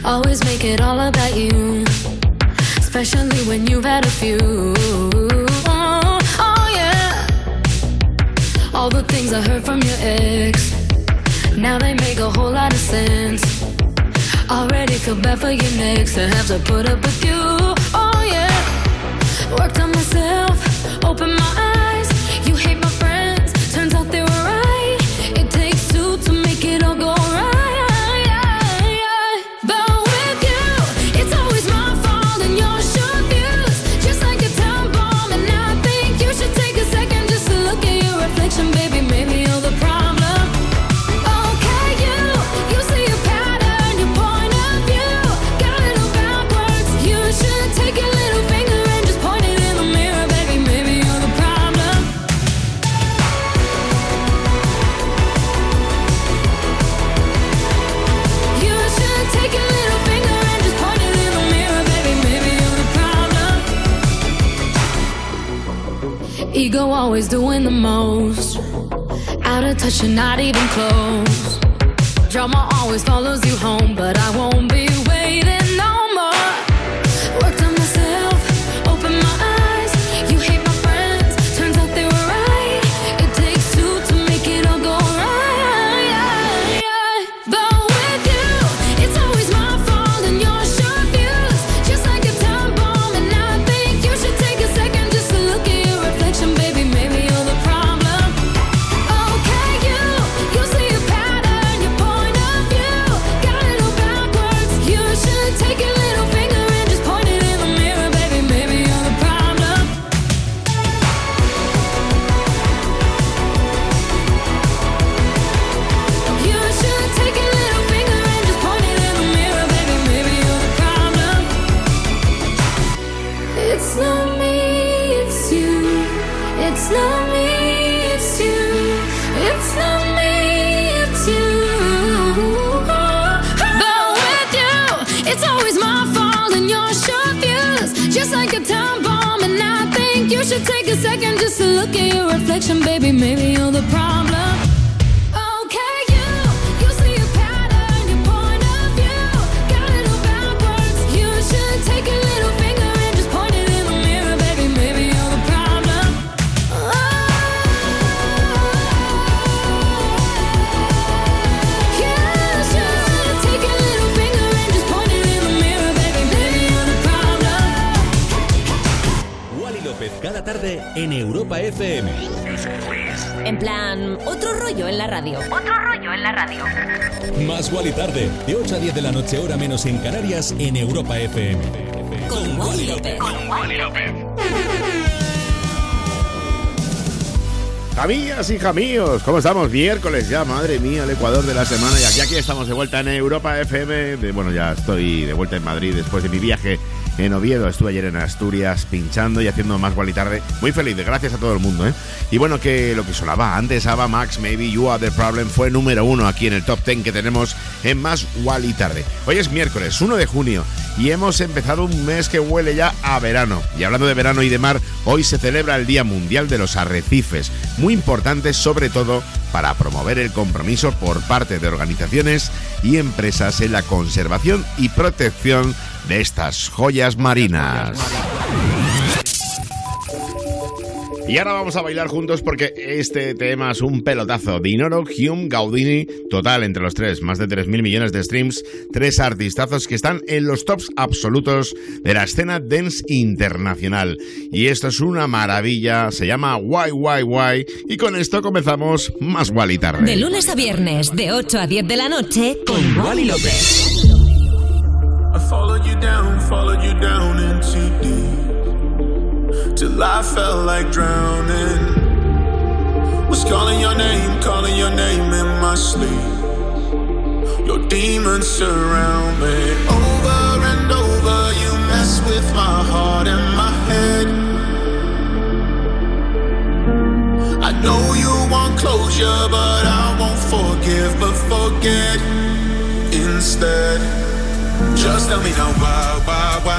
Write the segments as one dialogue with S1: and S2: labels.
S1: Always make it all about you, especially when you've had a few. Oh yeah. All the things I heard from your ex, now they make a whole lot of sense. Already feel bad for your next to have to put up with you. Oh yeah. Worked on myself, opened my eyes. You hate my friends, turns out they were right. It takes two to make it all go right. But with you, it's always my fault and your short views, just like a time bomb. And I think you should take a second just to look at your reflection, baby. Maybe you're the problem. Ego always doing the most, out of touch and not even close. Drama always follows you home, but I won't be waiting no more. Worked on myself, opened my eyes. You hate my friends, turns out they were right. It takes two to make it all go right. But with you, it's always my fault and your short views, just like a time bomb. And I think you should take a second just to look at your reflection, baby. Maybe you're the problem. Okay, you see a pattern, your point of view got it all backwards. You should take your little finger and just point it in the mirror, baby. Maybe you're the problem. You should take your little finger and just point it in the mirror, baby. Maybe you're the problem. It's not me, it's you. It's not me, it's you. It's not me, it's you. But with you, it's always my fault and your short views, just like a time bomb. And I think you should take a second just to look at your reflection, baby. Maybe you're the problem. Okay, you see a pattern, your point of view got it all backwards. You should take a little finger and just point it in the mirror, baby. Maybe you're the problem. You should take a little finger and just point it in the mirror, baby. Maybe you're the problem.
S2: Wally López cada tarde en Europa FM.
S3: En plan, otro rollo en la radio.
S2: Más Wally tarde, de 8 a 10 de la noche, hora menos en Canarias, en Europa FM.
S3: Con Wally López.
S4: Amigas y jamíos, ¿cómo estamos? Miércoles ya, madre mía, el Ecuador de la semana. Y aquí estamos de vuelta en Europa FM. Bueno, ya estoy de vuelta en Madrid después de mi viaje en Oviedo. Estuve ayer en Asturias pinchando y haciendo más Wally tarde. Muy feliz, gracias a todo el mundo, ¿eh? Y bueno, que lo que sonaba antes, Ava Max, Maybe You Are The Problem, fue número 1 aquí en el Top 10 que tenemos en Más Wally tarde. Hoy es miércoles, 1 de junio, y hemos empezado un mes que huele ya a verano. Y hablando de verano y de mar, hoy se celebra el Día Mundial de los Arrecifes, muy importante sobre todo para promover el compromiso por parte de organizaciones y empresas en la conservación y protección de estas joyas marinas. Y ahora vamos a bailar juntos porque este tema es un pelotazo. Dinoro, Hume, Gaudini, total entre los tres, más de 3.000 millones de streams, 3 artistazos que están en los tops absolutos de la escena dance internacional. Y esto es una maravilla, se llama Why, y con esto comenzamos Más Wally tarde.
S3: De lunes a viernes, de 8 a 10 de la noche, con Wally López.
S5: I followed you down into deep, till I felt like drowning. Was calling your name in my sleep. Your demons surround me. Over and over you mess with my heart and my head. I know you want closure, but I won't forgive, but forget instead. Just tell me now why?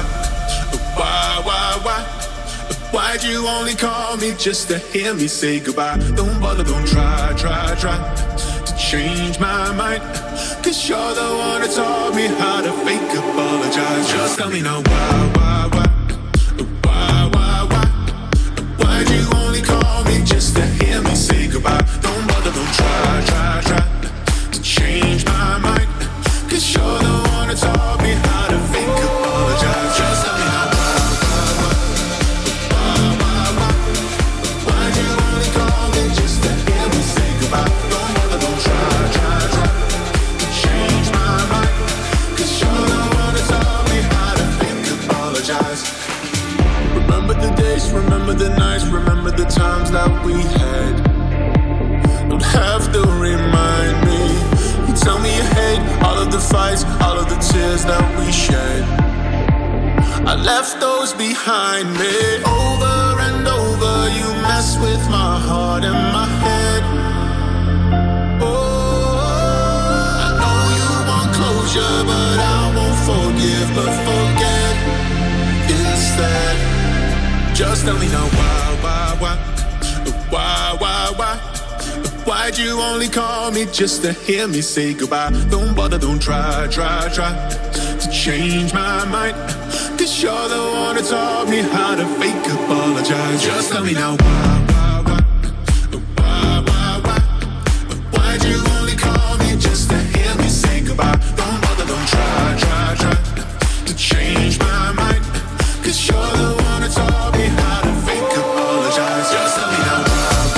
S5: Why'd you only call me just to hear me say goodbye? Don't bother, don't try to change my mind. 'Cause you're the one that taught me how to fake a apologize. Just tell me now why? Why'd you only call me just to hear me say goodbye? Don't bother, don't try to change my mind. 'Cause you're the one that taught me how to fake apologize. Just tell me now why? Why'd you only call me just to hear me say goodbye? Don't bother, don't try to change my mind. 'Cause you're the one that taught me how to fake apologize. Remember the days, remember the nights, remember the times that we had. Don't have to remind me. You tell me you hate all of the fights, all of the tears that we shed. I left those behind me. Over and over you mess with my heart and my head. Oh, I know you want closure, but I won't forgive, but forget instead. Just tell me now why? Why'd you only call me just to hear me say goodbye? Don't bother, don't try to change my mind. 'Cause you're the one that taught me how to fake apologize. Just tell me now why? Why'd you only call me just to hear me say goodbye? Don't bother, don't try to change my mind. 'Cause you're the one that taught me how to fake apologize. Just tell me now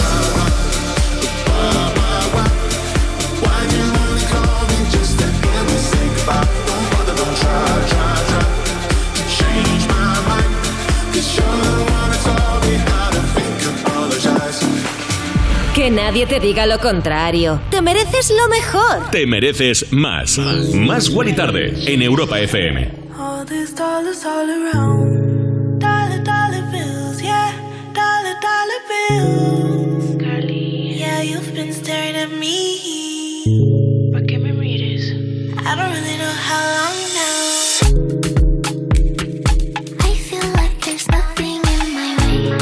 S5: why'd you only call me just to hear me say goodbye? Don't bother, don't try to change my mind. 'Cause you're the one that taught me how to fake apologize.
S3: Que nadie te diga lo contrario. Te mereces lo mejor.
S2: Te mereces más. Más Wally Tarde en Europa FM.
S6: All these dollars all around. Dollar bills, yeah. Dollar bills. Carly, yeah, you've been staring at me. ¿Pa' qué me mires? I don't really know how long now.
S7: I feel like there's nothing in my way.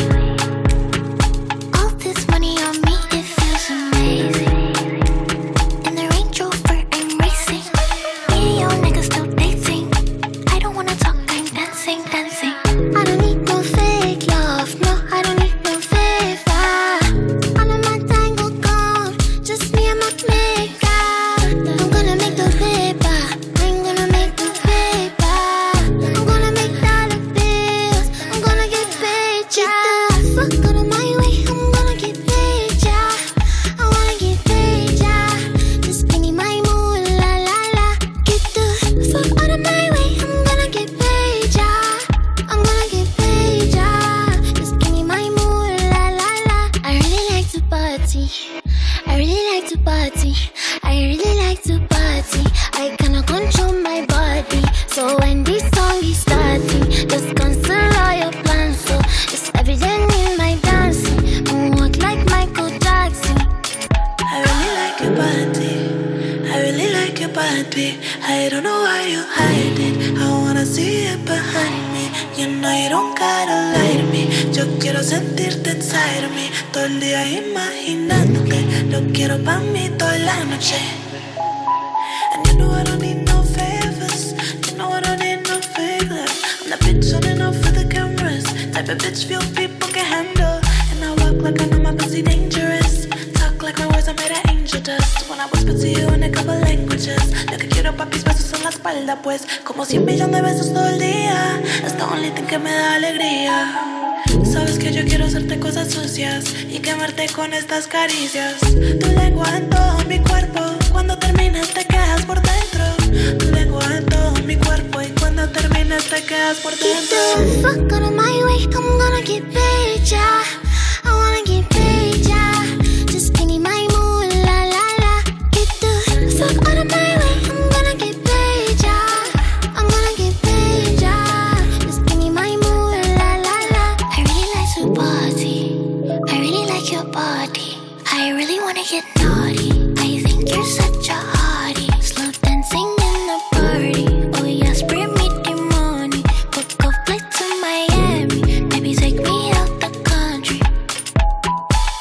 S7: All this money on me, it feels amazing. In the Range Rover, I'm racing. Me and your niggas still dating. I don't wanna talk, I'm dancing. I don't need no fake love, no, I don't need no favor. All of my tango gone, just me and my makeup. I'm gonna make the paper, I'm gonna make the paper. I'm gonna make dollar bills, I'm gonna get paid, yeah. Fuck out of my way, I'm gonna get paid, yeah. I wanna get paid, yeah. Just give me my moolah, la la. Get the fuck out of my way, I'm gonna get paid, yeah. I'm gonna get paid, yeah. Just give me my moolah, la la. I really like to party. I really like to party. I really like to party. I cannot control my body. So when this song is starting, just cancel all your plans. So it's evident in my dancing. Moonwalk like Michael Jackson.
S6: I really like your body. I really like your body. I don't know why you hide it. I wanna see it behind me. You know you don't gotta lie to me. Yo quiero sentirte inside of me. Todo el día imaginándote. Lo quiero pa' mí toda la noche. And you know I don't need no favors. You know I don't need no favors. I'm the bitch running off for the cameras. Type of bitch few people can handle. And I walk like I know my pussy dangerous. Talk like my words are made of angel dust. When I whisper to you in a couple languages. Lo que quiero papis besos en la espalda pues. Como 100 millones de besos todo el día. Es the only thing que me da alegría. Sabes que yo quiero hacerte cosas sucias y quemarte con estas caricias. Tu lengua en todo mi cuerpo. Cuando terminas te quedas por dentro. Tu lengua en todo mi cuerpo y cuando terminas te quedas por
S7: Get
S6: dentro.
S7: the fuck out of my way, I'm gonna get paid, yeah. I wanna get paid, yeah. Just give me my moolah, la la. Get the fuck out of my way, I'm gonna get paid, yeah. I'm gonna get paid, yeah. Just give me my moolah, la la. I really like to party. I really like your body. I really wanna get naughty. I think you're such a hottie. Slow dancing in the party. Oh yes, bring me the money. Book a flight to Miami. Maybe take me out the country.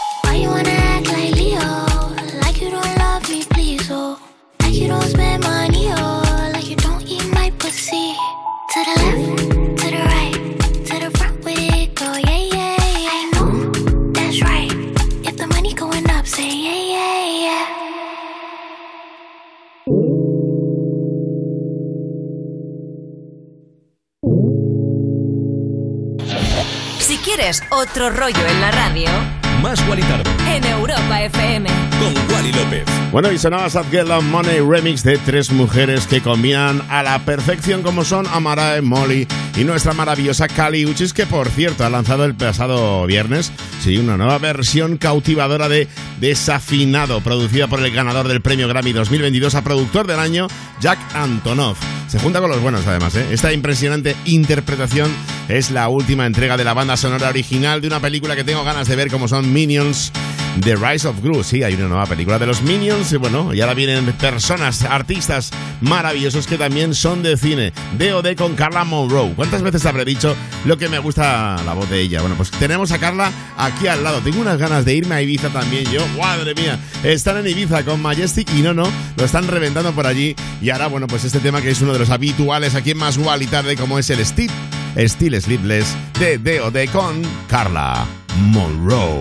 S3: Si quieres otro rollo en la radio,
S2: Más Guali Tarde
S3: en Europa FM.
S2: con Wally López.
S4: Bueno, y sonaba Sad Girl and Money remix de tres mujeres que combinan a la perfección como son Amara, Molly y nuestra maravillosa Kali Uchis, que por cierto ha lanzado el pasado viernes una nueva versión cautivadora de Desafinado, producida por el ganador del premio Grammy 2022 a productor del año, Jack Antonoff. Se junta con los buenos además, ¿eh? Esta impresionante interpretación es la última entrega de la banda sonora original de una película que tengo ganas de ver, como son Minions, The Rise of Gru. Sí, hay una nueva película de los Minions y bueno, y ahora vienen personas, artistas maravillosos que también son de cine. D.O.D. con Carla Monroe. ¿Cuántas veces habré dicho lo que me gusta la voz de ella? Bueno, pues tenemos a Carla aquí al lado. Tengo unas ganas de irme a Ibiza también yo. ¡Madre mía! Están en Ibiza con Majestic y no, lo están reventando por allí. Y ahora, bueno, pues este tema que es uno de los habituales aquí en Más Guali Tarde, como es el Still Sleepless de D.O.D. con Carla Monroe.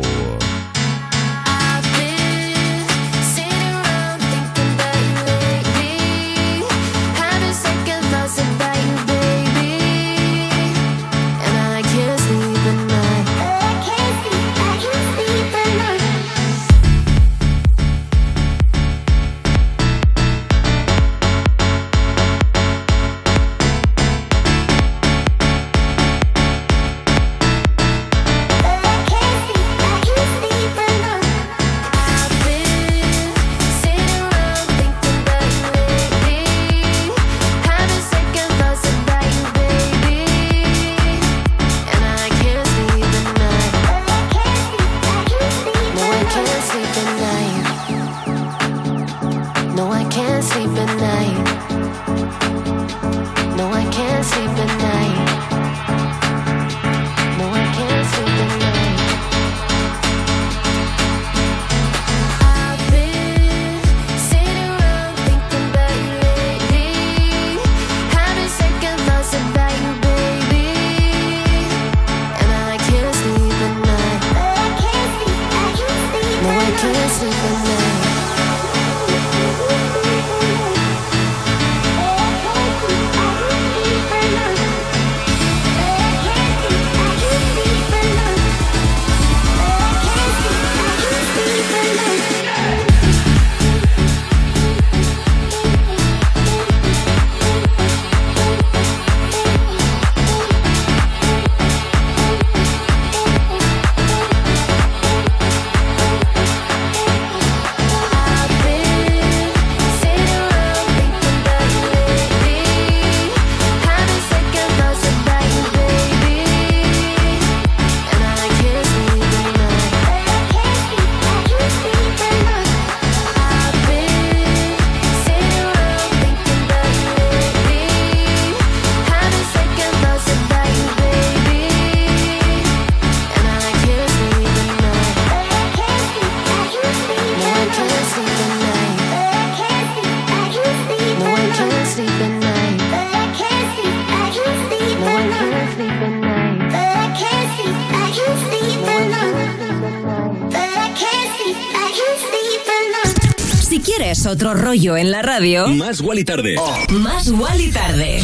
S3: Otro rollo en la radio.
S2: Más Guali Tarde.
S3: Más Guali Tarde.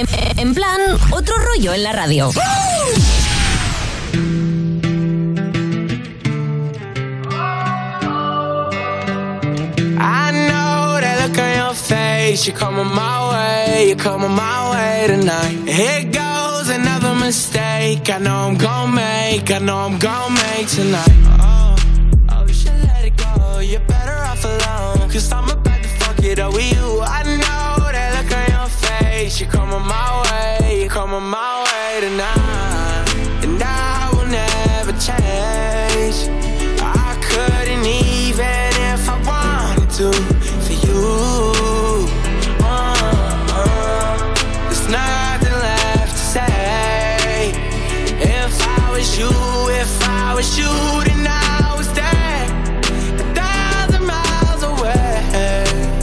S3: En plan, otro rollo en la radio.
S8: I know that look on your face. You're coming my way. You're coming my way tonight. Here goes another mistake. I know I'm gonna make. I know I'm gonna make tonight. Oh, you should let it go. You're better off alone. 'Cause I'm about to fuck it up with you. I know that look on your face. You're coming my way. You're coming my way tonight. And I will never change. I couldn't even if I wanted to for you. There's nothing left to say. If I was you, then I was there 1,000 miles away.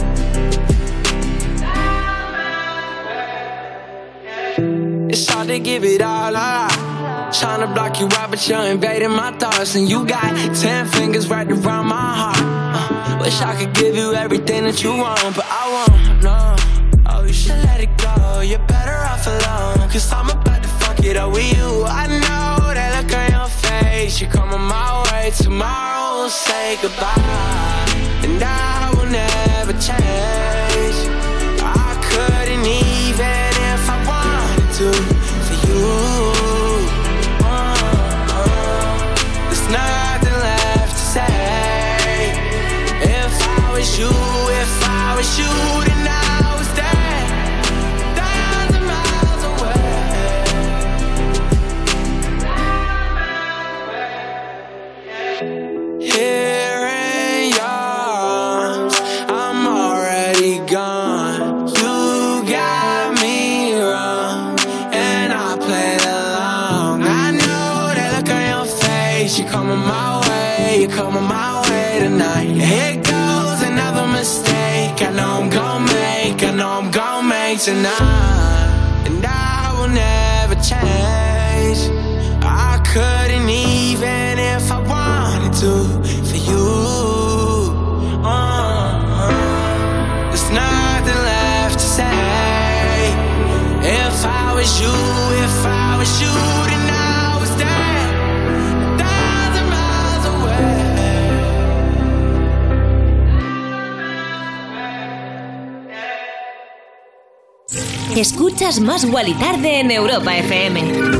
S8: It's hard to give it all up. Trying to block you out, but you're invading my thoughts. And you got 10 fingers right around my heart. Wish I could give you everything that you want, but I won't, no. Oh, you should let it go. You're better off alone. 'Cause I'm about to fuck it up with you. I know that look on face, you're coming my way. Tomorrow we'll say goodbye, and I will never change. I couldn't even if I wanted to for you. There's nothing left to say. If I was you, then I was there, 1,000 miles away. Here in your arms, I'm already gone. You got me wrong, and I played along. I know that look on your face. You're coming my way tonight. Here goes another mistake. I know I'm gon' make tonight, and I will never change. I couldn't even if I wanted to for you. There's nothing left to say. If I was you, then I was there, 1,000 miles away.
S3: Escuchas Más Guali Tarde en Europa FM.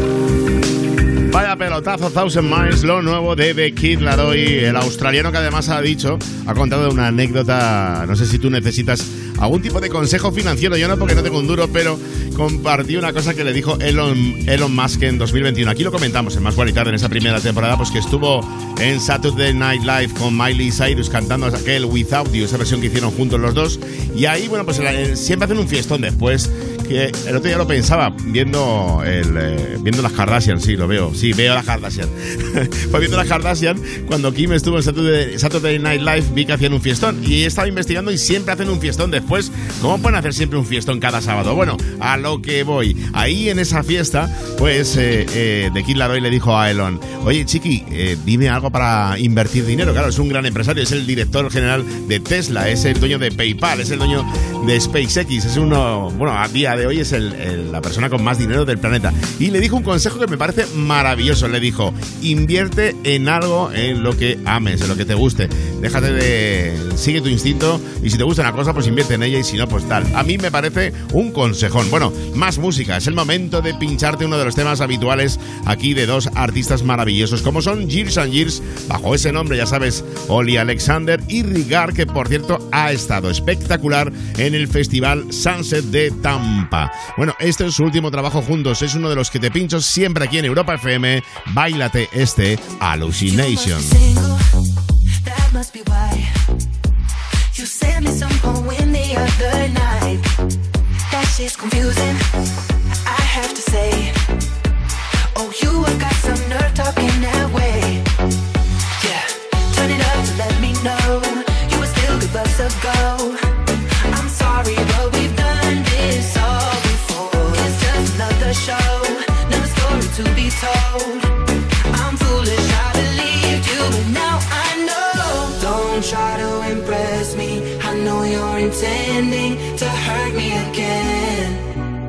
S4: Vaya pelotazo, 1,000 Miles, lo nuevo de The Kid Laroi, el australiano que además ha contado una anécdota. No sé si tú necesitas algún tipo de consejo financiero. Yo no, porque no tengo un duro, pero compartí una cosa que le dijo Elon Musk en 2021. Aquí lo comentamos en Más Guali Tarde, en esa primera temporada, pues que estuvo en Saturday Night Live con Miley Cyrus cantando aquel Without You, esa versión que hicieron juntos los dos. Y ahí, bueno, pues siempre hacen un fiestón después. Que el otro día lo pensaba viendo las Kardashian. Sí, lo veo. Sí, veo las Kardashian. Pues viendo las Kardashian, cuando Kim estuvo en Saturday Night Live, vi que hacían un fiestón. Y he estado investigando y siempre hacen un fiestón después. ¿Cómo pueden hacer siempre un fiestón cada sábado? Bueno, a lo que voy. Ahí en esa fiesta, pues The Kid Laroi le dijo a Elon: oye, chiqui, dime algo para invertir dinero. Claro, es un gran empresario, es el director general de Tesla, es el dueño de PayPal, es el dueño de SpaceX, es uno, bueno, a día de hoy es la persona con más dinero del planeta. Y le dijo un consejo que me parece maravilloso. Le dijo: invierte en algo, en lo que ames, en lo que te guste. Sigue tu instinto, y si te gusta una cosa, pues invierte en ella, y si no, pues tal. A mí me parece un consejón. Bueno, más música. Es el momento de pincharte uno de los temas habituales aquí de dos artistas maravillosos, como son Years and Years, bajo ese nombre, ya sabes, Oli Alexander, y Rigard, que por cierto ha estado espectacular en el Festival Sunset de Tampa. Bueno, este es su último trabajo juntos, es uno de los que te pincho siempre aquí en Europa FM. Báilate este Hallucination.
S6: That must be why you sent me some poem the other night. That shit's confusing, I have to say. Oh, you have got some nerve talking that way. Yeah, turn it up to let me know you would still give us a go. I'm sorry, but we've done this all before. It's just another show, another story to be told. I'm foolish, I believed you, but now I know. Don't try to impress me, I know you're intending to hurt me again.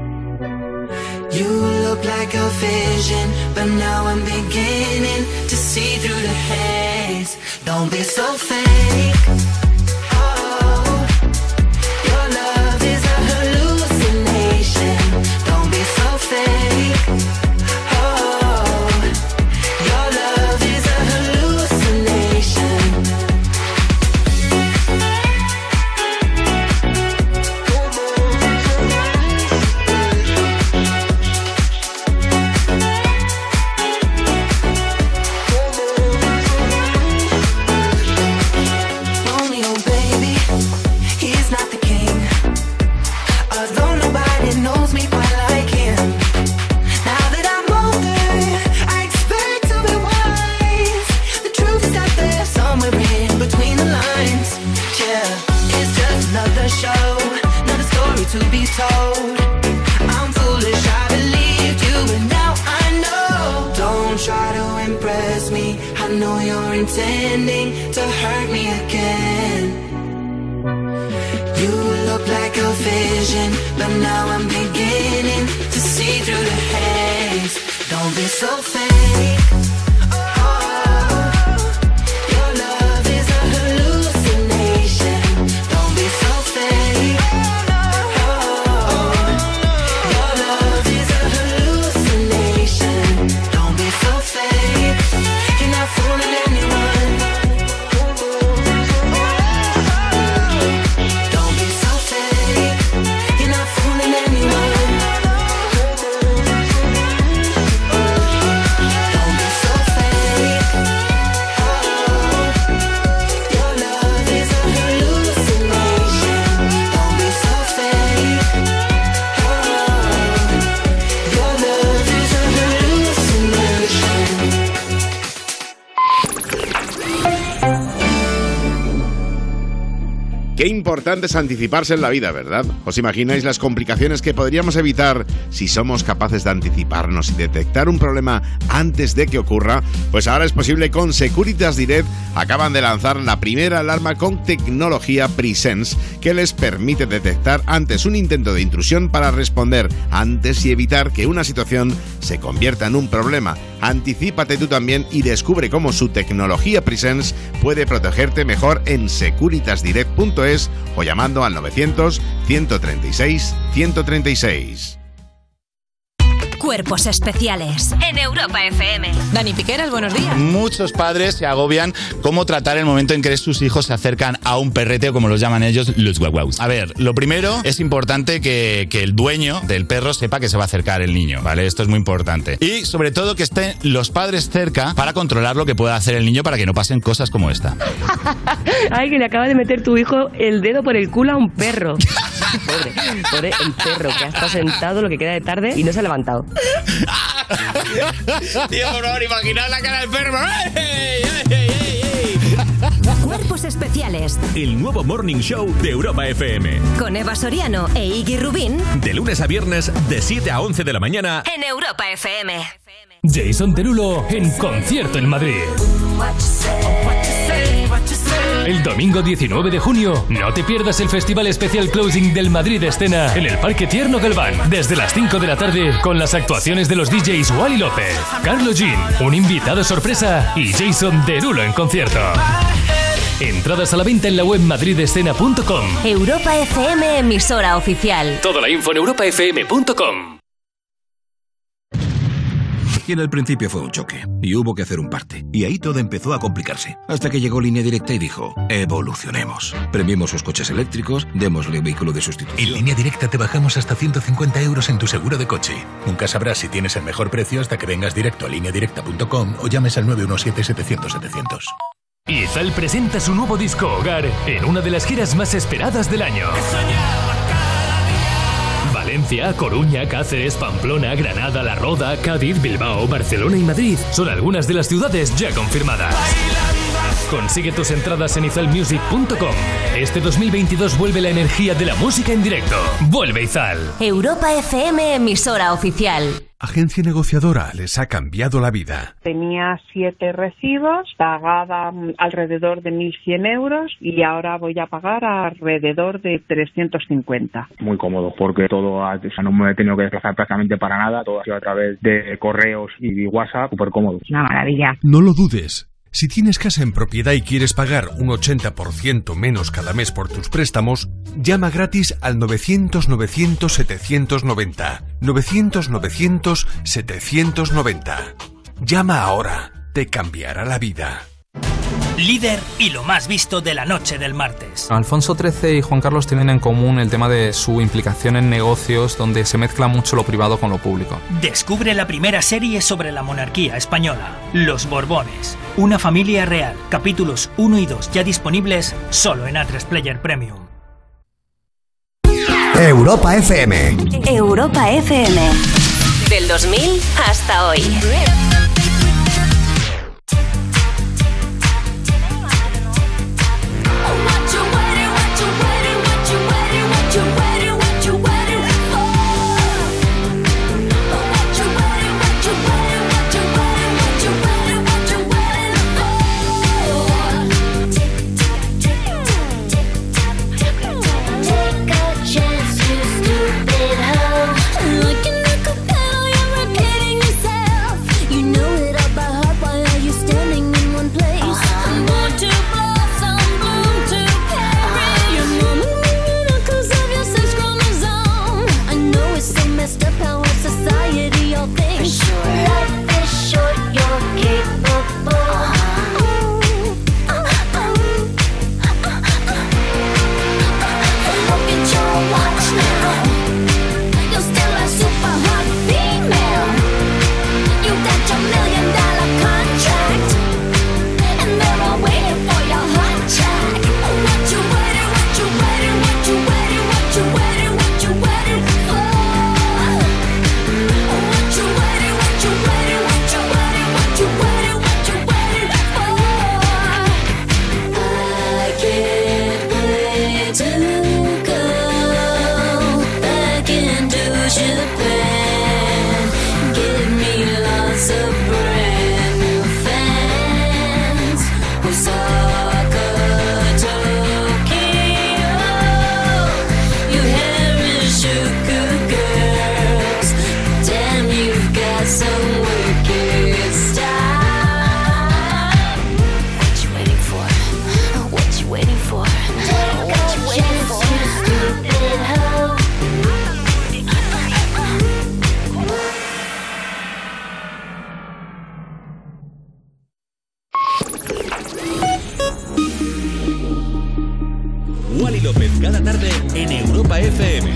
S6: You look like a vision, but now I'm beginning to see through the haze. Don't be so fake. Oh, your love is a hallucination. Don't be so fake. Oh, your love is a hallucination. Romeo, baby, he's not the king. Although nobody knows me quite like him. Now that I'm older, I expect to be wise. The truth is out there somewhere in between the lines. Yeah, it's just another show, another story to be told. I'm foolish, I believed you, and now I know. Don't try to impress me, I know you're intending to hurt me again. You look like a vision, but now I'm beginning to see through the haze. Don't be so fake. Oh,
S4: Qué importante es anticiparse en la vida, ¿verdad? ¿Os imagináis las complicaciones que podríamos evitar si somos capaces de anticiparnos y detectar un problema antes de que ocurra? Pues ahora es posible con Securitas Direct. Acaban de lanzar la primera alarma con tecnología Presence que les permite detectar antes un intento de intrusión para responder antes y evitar que una situación se convierta en un problema. Anticípate tú también y descubre cómo su tecnología Presence puede protegerte mejor en securitasdirect.es o llamando al 900 136 136.
S3: Cuerpos especiales en Europa FM.
S9: Dani Piqueras, buenos días.
S10: Muchos padres se agobian cómo tratar el momento en que sus hijos se acercan a un perrete, o como los llaman ellos, los guaguaus. A ver, lo primero es importante que el dueño del perro sepa que se va a acercar el niño, ¿vale? Esto es muy importante. Y sobre todo que estén los padres cerca para controlar lo que pueda hacer el niño para que no pasen cosas como esta.
S11: Ay, que le acaba de meter tu hijo el dedo por el culo a un perro. Pobre el perro que ha estado sentado lo que queda de tarde y no se ha levantado.
S10: Tío, por favor, imaginad la cara del perro.
S3: Cuerpos especiales.
S2: El nuevo Morning Show de Europa FM.
S3: Con Eva Soriano e Iggy Rubín.
S2: De lunes a viernes, de 7 a 11 de la mañana.
S3: En Europa FM.
S12: Jason Derulo en concierto en Madrid. El domingo 19 de junio, no te pierdas el Festival Especial Closing del Madrid Escena en el Parque Tierno Galván, desde las 5 de la tarde, con las actuaciones de los DJs Wally López, Carlos Jean, un invitado sorpresa y Jason Derulo en concierto. Entradas a la venta en la web madridescena.com.
S3: Europa FM, emisora oficial.
S12: Toda la info en europafm.com.
S13: Y en el principio fue un choque, y hubo que hacer un parte. Y ahí todo empezó a complicarse. Hasta que llegó Línea Directa y dijo, evolucionemos. Premiemos sus coches eléctricos, démosle vehículo de sustitución.
S14: En Línea Directa te bajamos hasta 150 euros en tu seguro de coche. Nunca sabrás si tienes el mejor precio hasta que vengas directo a lineadirecta.com o llames al 917-700-700.
S12: Izal presenta su nuevo disco Hogar en una de las giras más esperadas del año. Valencia, Coruña, Cáceres, Pamplona, Granada, La Roda, Cádiz, Bilbao, Barcelona y Madrid son algunas de las ciudades ya confirmadas. Consigue tus entradas en izalmusic.com. Este 2022 vuelve la energía de la música en directo. Vuelve Izal.
S3: Europa FM, emisora oficial.
S15: Agencia negociadora les ha cambiado la vida.
S16: Tenía 7 recibos, pagaba alrededor de 1.100 euros y ahora voy a pagar alrededor de 350.
S17: Muy cómodo porque todo, no me he tenido que desplazar prácticamente para nada, todo ha sido a través de correos y WhatsApp, súper cómodo.
S16: Una maravilla.
S15: No lo dudes. Si tienes casa en propiedad y quieres pagar un 80% menos cada mes por tus préstamos, llama gratis al 900-900-790. 900-900-790. Llama ahora. Te cambiará la vida.
S18: Líder y lo más visto de la noche del martes.
S19: Alfonso XIII y Juan Carlos tienen en común el tema de su implicación en negocios donde se mezcla mucho lo privado con lo público.
S18: Descubre la primera serie sobre la monarquía española, Los Borbones, una familia real. Capítulos 1 y 2 ya disponibles solo en A3 Player Premium.
S20: Europa FM.
S3: Europa FM. Del 2000 hasta hoy.
S7: You know
S1: Japan. Give me lots of brand new fans. Osaka, Tokyo, you Harajuku girls. Damn, you've got some wicked style. What you waiting for? What you waiting for? What you waiting for? Stupid hoe.
S2: Wally López cada tarde en Europa FM.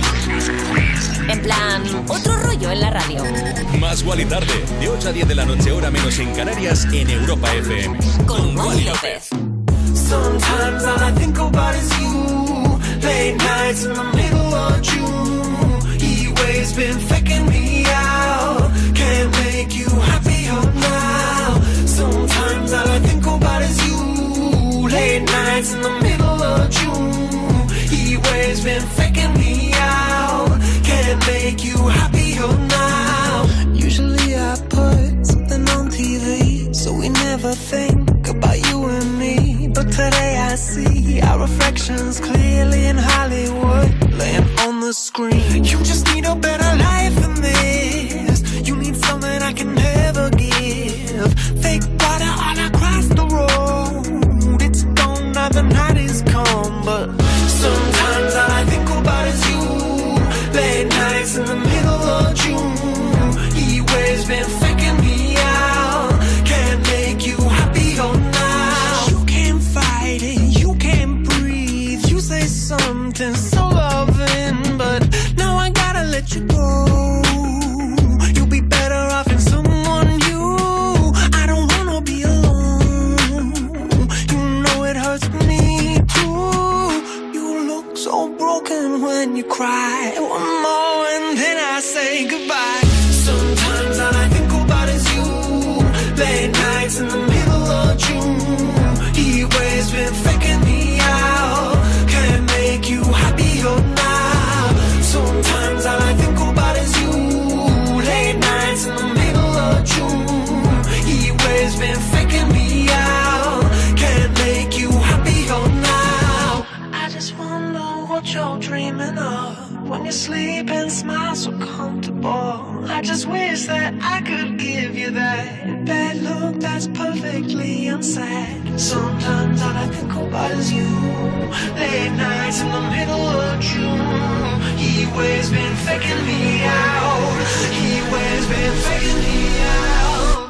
S3: En plan, otro rollo en la radio.
S2: Más Wally tarde, de 8 a 10 de la noche, hora menos en Canarias, en Europa FM.
S3: Con Wally López.
S8: Sometimes all I think about is you. Late nights in the middle of June. He always been faking me out. Can't make you happier now. Sometimes all I think about is you. Late nights in the middle of June. He always been faking me out. Can't make you happier now. Usually I put something on TV, so we never think about you and me. But today I see our reflections clearly in Hollywood, laying on the screen. You just need a better life than this. You need something I can never give. Fake water all across the road. It's gone now, the night is come. But sometimes all I think about is you. Late nights in the middle of June. He always been faking me out. Can't make you happier now. You can't fight it, you can't breathe. You say something so loving, but now I gotta let you go. You'll be better off in someone new. I don't wanna be alone. You know it hurts me too. You look so broken when you cry. One more and then I say goodbye. Sometimes all I think about is you. Late nights in the middle of June. He always been faking me out. Can't make you happier now. Sometimes all I think about is you. Late nights in the middle of June. He always been faking me out. Can't make you happier now. I just wonder what you're dreaming of. When you sleep and smile so comfortable. I just wish that I could give you that bad look that's perfectly unsaid. Sometimes all I think about is you. Late nights in the middle of June. He always been faking me out. He always been faking me out.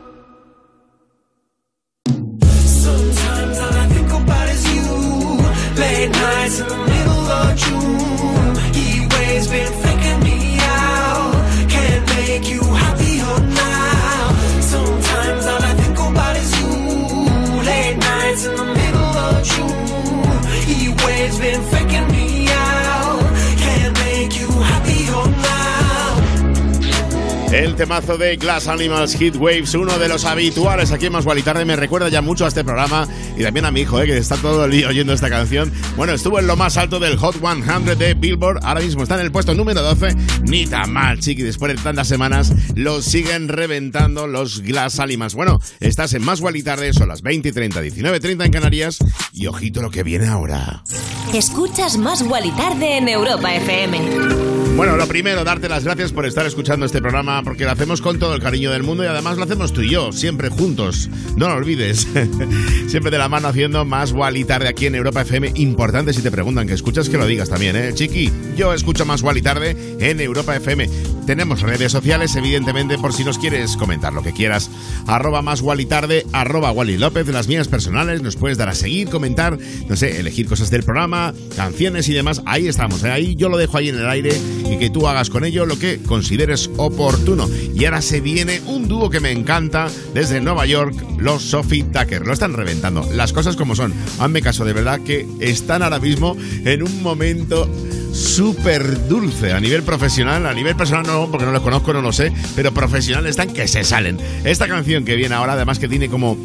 S8: Sometimes all I think about is you. Late nights in the middle of June. He always been faking me out. Can't make you happier now. Sometimes all I think about is you. Late nights in the middle of June. He always been faking me out. Can't make you happier now.
S4: El temazo de Glass Animals, Heat Waves, uno de los habituales aquí en Más Wally Tarde. Me recuerda ya mucho a este programa y también a mi hijo, que está todo el día oyendo esta canción. Bueno, estuvo en lo más alto del Hot 100 de Billboard. Ahora mismo está en el puesto número 12. Ni tan mal, chiqui. Después de tantas semanas lo siguen reventando los Glass Animals. Bueno, estás en Más Wally Tarde. Son las 20:30, 19:30 en Canarias. Y ojito lo que viene ahora.
S3: Escuchas Más Wally Tarde en Europa FM.
S4: Bueno, lo primero, darte las gracias por estar escuchando este programa, porque lo hacemos con todo el cariño del mundo y además lo hacemos tú y yo, siempre juntos. No lo olvides. Siempre de la mano haciendo Más Wally Tarde aquí en Europa FM. Importante, si te preguntan que escuchas, que lo digas también, ¿eh? Chiqui, yo escucho Más Wally Tarde en Europa FM. Tenemos redes sociales, evidentemente, por si nos quieres comentar lo que quieras. @Más Wally Tarde, @Wally López, las mías personales. Nos puedes dar a seguir, comentar, no sé, elegir cosas del programa, canciones y demás. Ahí estamos, ¿eh? Ahí yo lo dejo ahí en el aire y que tú hagas con ello lo que consideres oportuno. Y ahora se viene un dúo que me encanta desde Nueva York, los Sophie Tucker. Lo están reventando, las cosas como son. Hazme caso, de verdad que están ahora mismo en un momento súper dulce a nivel profesional. A nivel personal no, porque no los conozco, no lo sé, pero profesional están que se salen. Esta canción que viene ahora, además que tiene como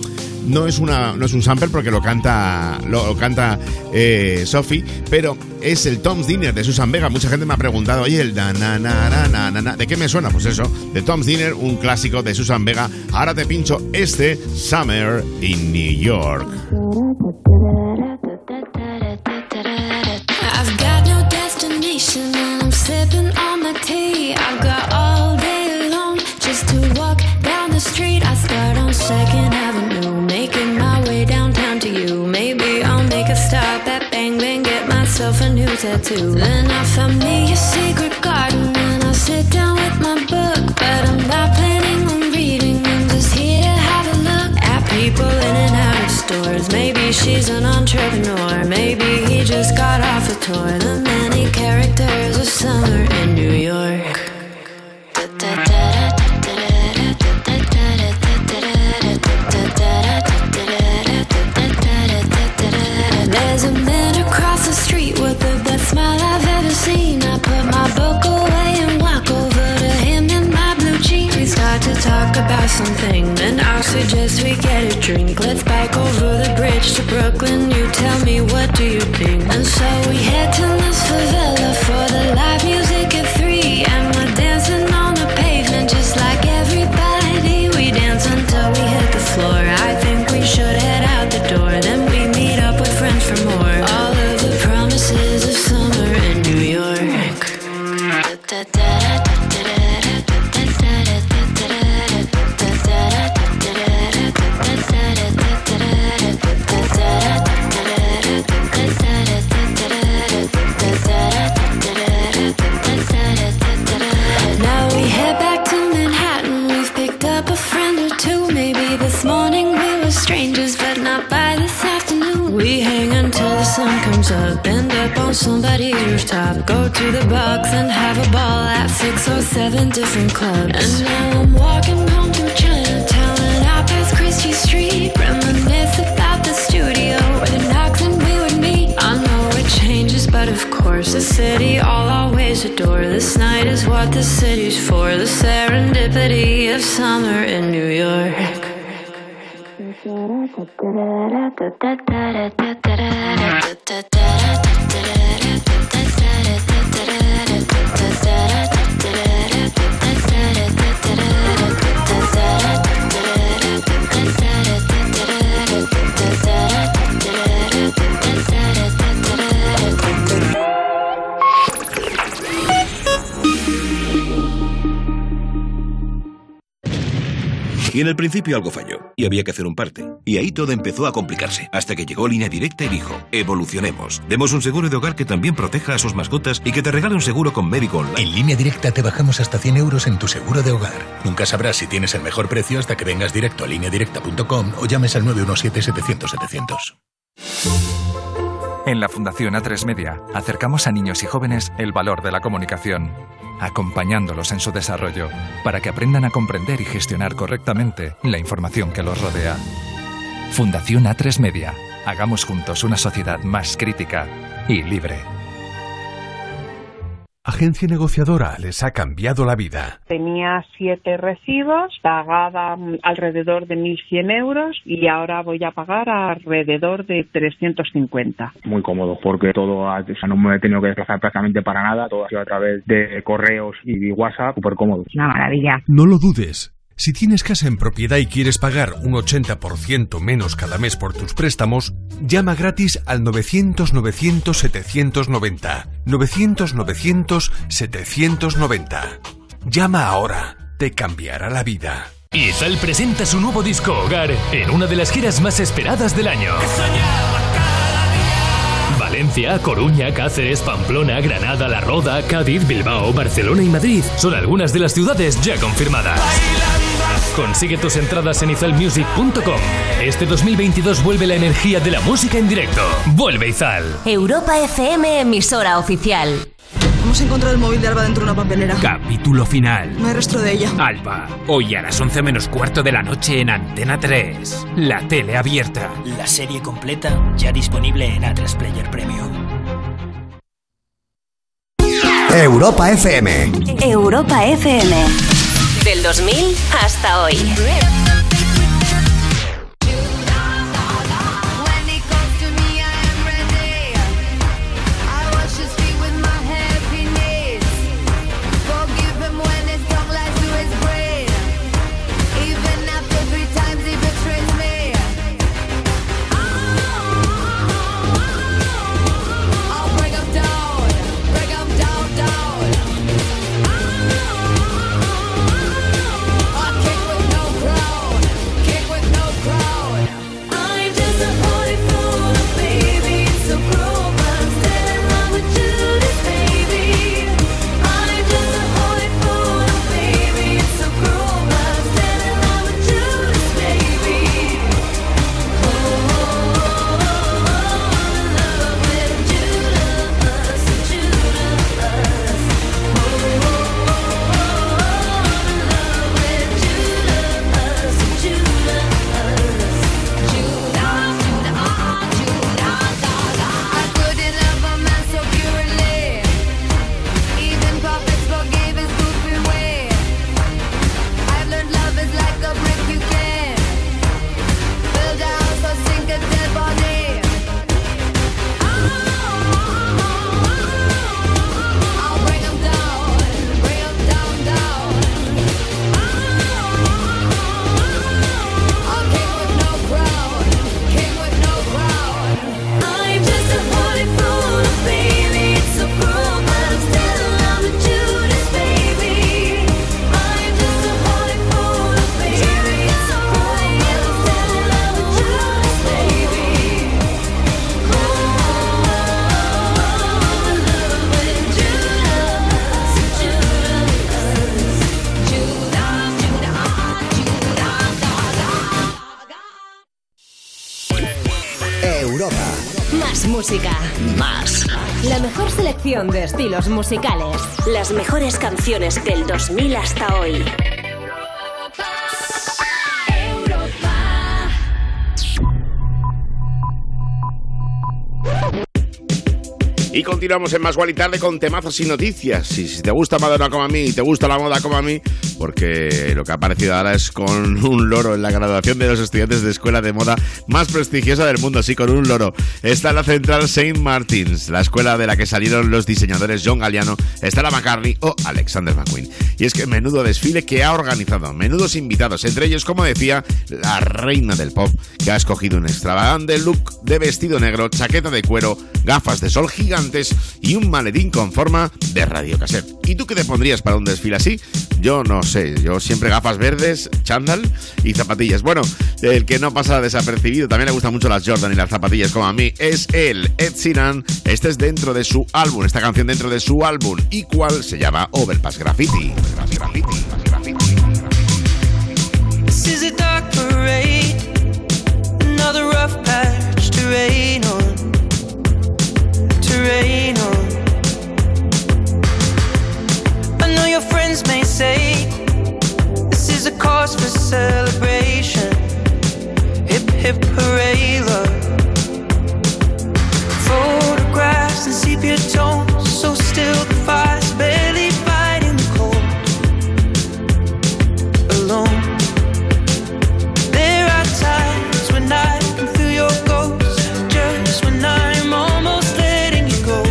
S4: no es un sample porque lo canta Sophie, pero es el Tom's Dinner de Susan Vega. Mucha gente me ha preguntado, oye, el na na na na na na, ¿de qué me suena? Pues eso, de Tom's Dinner, un clásico de Susan Vega. Ahora te pincho este Summer in New York.
S1: I've got no destination and I'm sipping on my tea. I've got all day long just to walk down the street. I start on 2nd Avenue, making my way downtown to you. Maybe I'll make a stop at Bang Bang, get myself a new tattoo. Then I found me a secret garden and I'll sit down with my book. But I'm not planning on reading, I'm just here to have a look at people in and out of stores. Maybe she's an entrepreneur, maybe he just got off a tour. The many characters of summer in New York. There's a man across the street with the best smile I've ever seen. I put my book away and walk over to him in my blue jeans. We start to talk about something, then I'll suggest we get a drink. Let's bike over the bridge to Brooklyn. You tell me, what do you think? And so we head to Las Favela for the live music at 3. And we're dancing on the pavement just like everybody. We dance until we hit the floor. I think we should head out the door. Then we meet up with friends for more. All of the promises of summer in New York. Now we head back to Manhattan. We've picked up a friend or two. Maybe this morning we were strangers, but not by this afternoon. We hang until the sun comes up, end up on somebody's rooftop. Go to the box and have a ball at 6 or 7 different clubs. And now I'm walking home through Chinatown and out past Christie Street. Reminisce about the studio where the knocks and we would meet. I know it changes, but of course the city I'll always adore. This night is what the city's for. The serendipity of summer in New York.
S13: Y en el principio algo falló, y había que hacer un parte. Y ahí todo empezó a complicarse, hasta que llegó Línea Directa y dijo, evolucionemos. Demos un seguro de hogar que también proteja a sus mascotas y que te regale un seguro con médico online.
S14: En Línea Directa te bajamos hasta 100 euros en tu seguro de hogar. Nunca sabrás si tienes el mejor precio hasta que vengas directo a lineadirecta.com o llames al 917-700-700.
S9: En la Fundación A3 Media acercamos a niños y jóvenes el valor de la comunicación, acompañándolos en su desarrollo para que aprendan a comprender y gestionar correctamente la información que los rodea. Fundación A3 Media. Hagamos juntos una sociedad más crítica y libre.
S15: Agencia Negociadora les ha cambiado la vida.
S16: Tenía 7 recibos, pagaba alrededor de 1.100 euros y ahora voy a pagar alrededor de 350.
S17: Muy cómodo porque todo, no me he tenido que desplazar prácticamente para nada, todo ha sido a través de correos y WhatsApp, súper cómodo.
S16: Una maravilla.
S15: No lo dudes. Si tienes casa en propiedad y quieres pagar un 80% menos cada mes por tus préstamos, llama gratis al 900-900-790. 900-900-790. Llama ahora. Te cambiará la vida.
S12: Izal presenta su nuevo disco Hogar en una de las giras más esperadas del año. Valencia, Coruña, Cáceres, Pamplona, Granada, La Roda, Cádiz, Bilbao, Barcelona y Madrid son algunas de las ciudades ya confirmadas. Consigue tus entradas en izalmusic.com. Este 2022 vuelve la energía de la música en directo. Vuelve Izal.
S3: Europa FM, emisora oficial.
S20: Hemos encontrado el móvil de Alba dentro de una papelera.
S21: Capítulo final.
S20: No hay rastro de ella.
S21: Alba, hoy a las 11 menos cuarto de la noche en Antena 3. La tele abierta.
S18: La serie completa ya disponible en A3 Player Premium.
S22: Europa FM.
S3: Europa FM. Del 2000 hasta hoy. música.
S22: Más.
S3: La mejor selección de estilos musicales. Las mejores canciones del 2000 hasta hoy.
S4: Y continuamos en Más Gual y Tarde con temazos y noticias. Y si te gusta Madonna como a mí y te gusta la moda como a mí, porque lo que ha aparecido ahora es con un loro en la graduación de los estudiantes de escuela de moda más prestigiosa del mundo. Sí, con un loro. Está en la central St. Martins, la escuela de la que salieron los diseñadores John Galliano, Stella McCartney o Alexander McQueen. Y es que menudo desfile que ha organizado, menudos invitados, entre ellos, como decía, la reina del pop, que ha escogido un extravagante look de vestido negro, chaqueta de cuero, gafas de sol gigantes y un maletín con forma de radiocassette. ¿Y tú qué te pondrías para un desfile así? Yo no sé, yo siempre gafas verdes, chándal y zapatillas. Bueno, el que no pasa desapercibido, también le gustan mucho las Jordan y las zapatillas como a mí, es el Ed Sheeran. Este es dentro de su álbum, esta canción dentro de su álbum, y cual se llama Overpass Graffiti.
S5: This is a dark parade, another rough patch to rain on, to rain on. I know your friends may say this is a cause for celebration. Hip hip hooray, love. Photographs and sepia tones, so still the fire's barely fighting the cold. Alone. There are times when I can feel your ghost, just when I'm almost letting you go.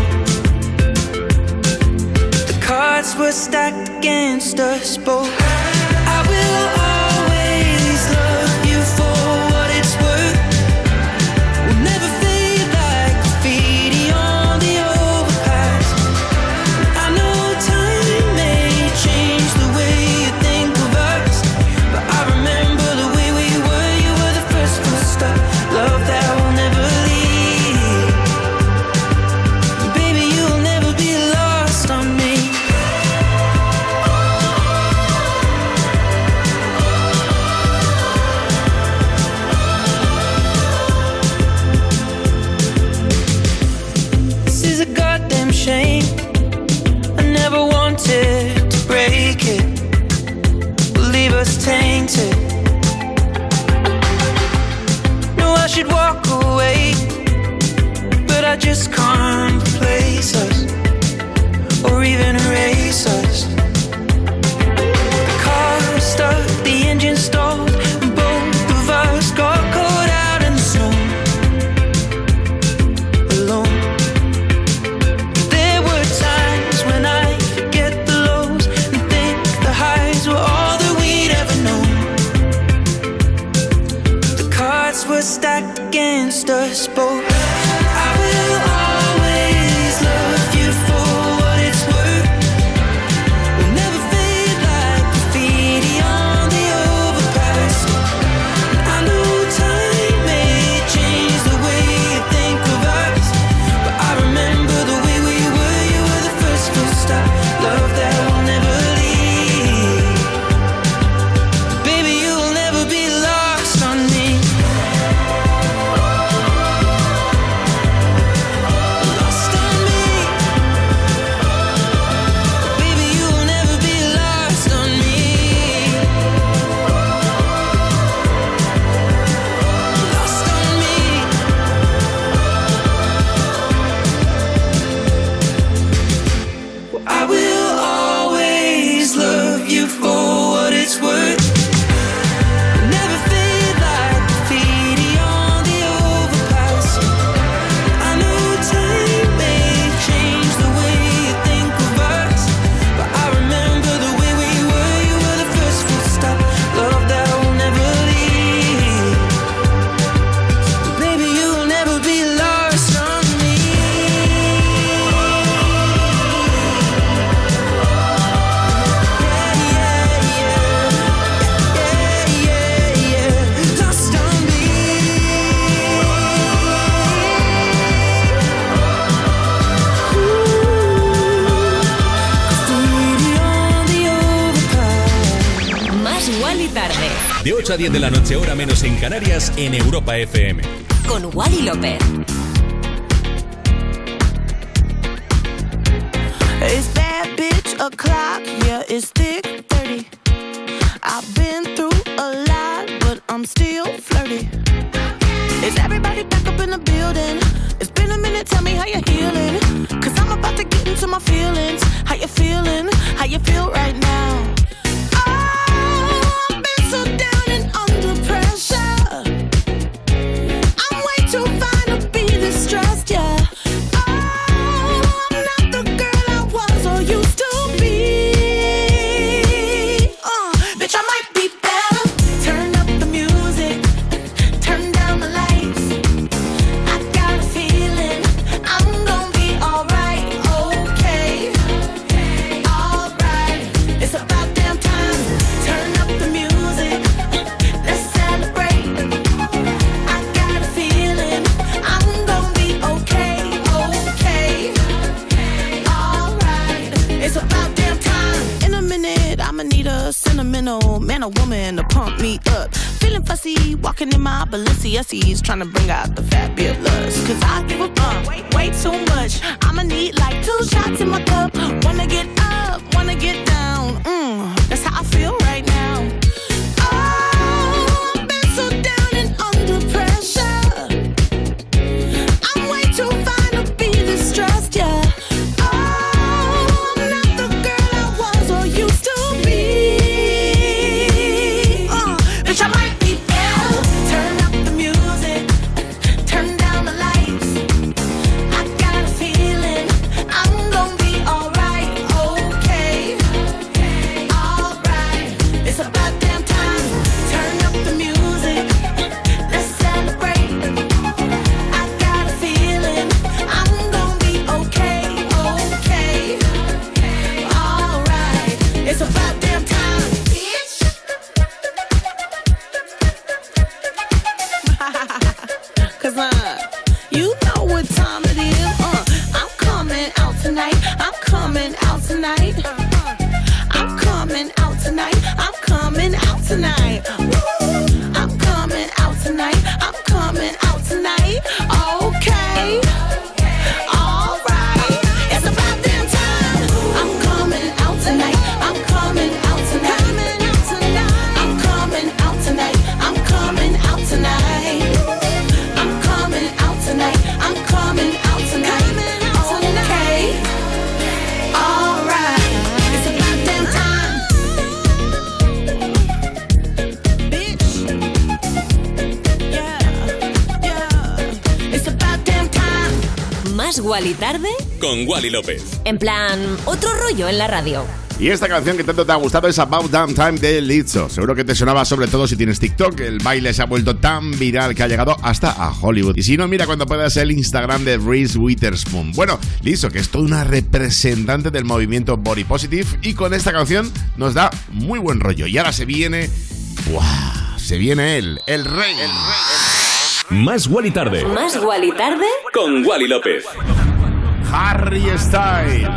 S5: The cards were stacked against us both. I will always love you for what it's worth. We'll never fade like graffiti on the overpass. I know time may change the way you think of us, but I remember the way we were. You were the first full stop, love that will never leave. Baby, you'll never be lost on me. This is a goddamn shame. I never wanted to break it, leave us tainted. No, I should walk away, but I just can't replace us or even erase us. The car stuck, the engine stalled, and both of us got caught out in the snow. Alone. There were times when I forget the lows and think the highs were all that we'd ever known. The cards were stacked against us both. I will always love you for what it's worth. We'll never fade like graffiti on the overpass. I know time may change the way you think of us, but I remember the way we were. You were the first full stop, love that will never leave. Baby, you will never be lost on me. Lost on me. Baby, you will never be lost on me. Lost on me. I will always love you for what it's worth. Never fade like graffiti on the overpass. I know time may change the way you think of us, but I remember the way we were. You were the first full stop, love that will never leave. Baby, you will never be lost on me. Lost on me. Graffiti on the overpass.
S3: Más Wally Tarde.
S2: De 8 a 10 de la noche, hora menos en Canarias, en Europa FM.
S3: Con Wally López.
S6: It's bad bitch o'clock, yeah, it's thick 30. I've been through a lot, but I'm still flirty. Is everybody back up in the building? It's been a minute, tell me how you're healing. Cause I'm about to get into my feelings. How you feeling? How you feel right now? Oh, I've been so down and under pressure. I'm way too fine to be distressed, yeah. Oh, I'm not the girl I was or used to be. Bitch, I might be better. Turn up the music, turn down the lights. I got a feeling I'm gonna be alright, okay, alright. It's about damn time. Turn up the music, let's celebrate. I got a feeling I'm gonna be okay, okay, alright. It's about damn time. In a minute, I'ma need a sentimental man or woman to pump me up. Feeling fussy, walking in my Balenciennes, trying to bring out the fabulous. Cause I give a way too much. I'ma need like 2 shots in my cup. Wanna get up, wanna get down. That's how I feel right now. Oh, I've been so down and under pressure. I'm way too fine to be distressed, yeah. Oh, I'm not the girl I was or used to be. Bitch, I might be better. Turn up the music, turn down the lights. I got a feeling I'm gonna be alright, okay, alright. It's about damn time. Turn up the music, let's celebrate. I got a feeling I'm gonna be okay, okay, alright. It's about damn time, bitch. Cause you know what time it is. I'm coming out tonight. I'm coming out tonight. I'm coming out tonight. I'm coming out tonight. Woo. I'm coming out tonight. I'm coming out tonight. Okay. Alright. It's about damn time. I'm coming out tonight. I'm coming out tonight. I'm coming out tonight. I'm coming out tonight. I'm coming out tonight. I'm coming out tonight. Okay. Alright. It's about damn time. Bitch. Yeah. It's about damn time.
S3: Más Wally tarde,
S2: Con Wally López.
S3: en plan, otro rollo en la radio.
S4: Y esta canción que tanto te ha gustado es About Damn Time de Lizzo. Seguro que te sonaba, sobre todo si tienes TikTok. El baile se ha vuelto tan viral que ha llegado hasta a Hollywood. Y si no, mira cuando puedas el Instagram de Reese Witherspoon. Bueno, Lizzo, que es toda una representante del movimiento Body Positive, y con esta canción nos da muy buen rollo. Y ahora se viene... ¡Buah! Se viene él, el rey.
S2: Más Wally tarde.
S3: Más Wally tarde
S2: Con Wally López.
S4: Harry Styles.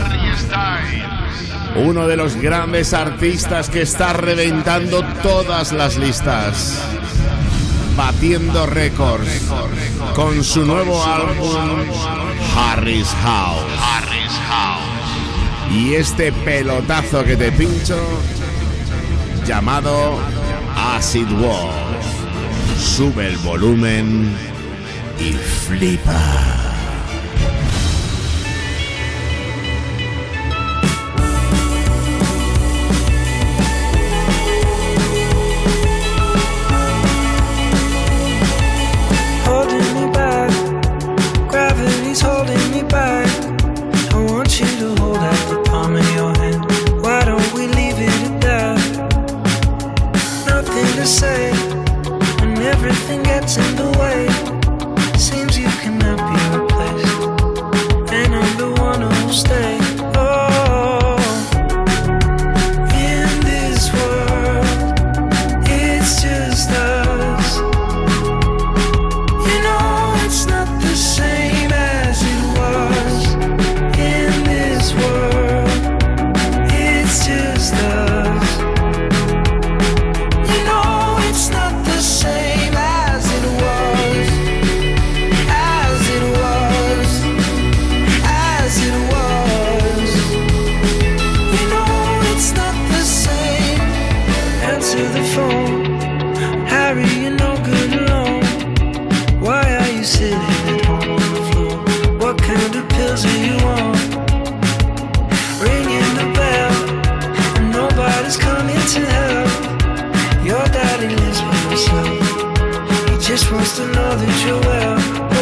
S4: Uno de los grandes artistas que está reventando todas las listas, batiendo récords con su nuevo álbum Harry's House. Y este pelotazo que te pincho llamado Acid Wall. Sube el volumen y flipa.
S5: Holding me back, gravity's holding me back. I want you to hold out the palm of your hand. Why don't we leave it at that? Nothing to say when everything gets in the way. Seems you cannot be replaced, and I'm the one who'll stay. Oh, in this world, it's just us. You know it's not the same as it was. In this world, it's just us. You know it's not the same as it was. just wants to know that you're well.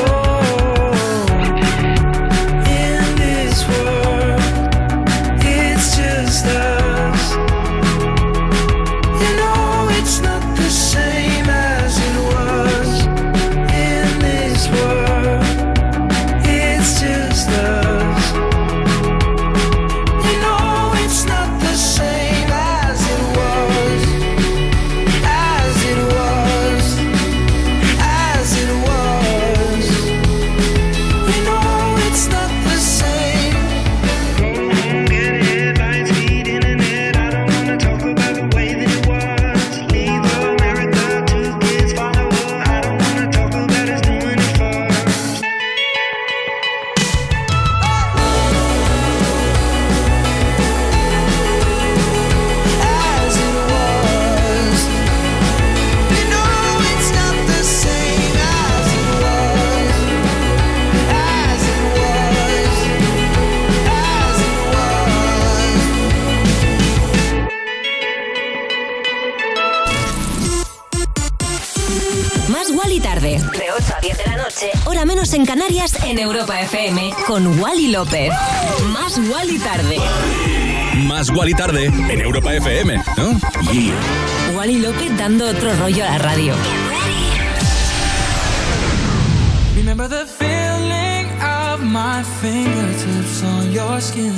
S5: Oh, in this world, it's just us. You know it's not the same as it was. In this world, it's just us. You know it's not the same as it was. As it was. As it was. You know it's not the same. Get headlines, feed internet. I don't wanna talk about the way that it was. Leave America, 2 kids follow her. I don't wanna talk about us doing it first. As it was. You know it's not the same as it was. As it was. As it was.
S3: Más Wally tarde. De 8 a 10 de la noche, hora menos en Canarias, en Europa FM, con Wally López. Más Wally tarde.
S2: Más Wally tarde en Europa FM, ¿no? Yeah.
S3: Wally López dando otro rollo a la radio.
S5: Remember the feeling of my fingertips on your skin,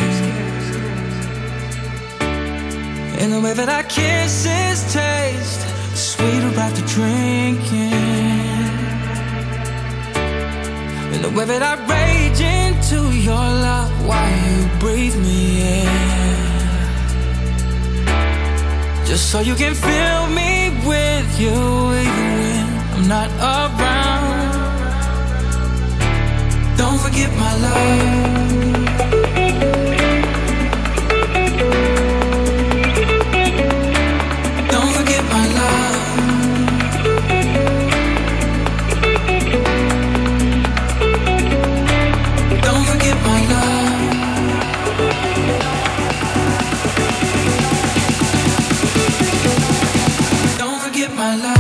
S5: and the way that our kisses taste sweeter after drinking, and the way that I rage into your love while you breathe me in, just so you can fill me with you even when I'm not around. Don't forget my love. Don't forget my love. Don't forget my love. Don't forget my love.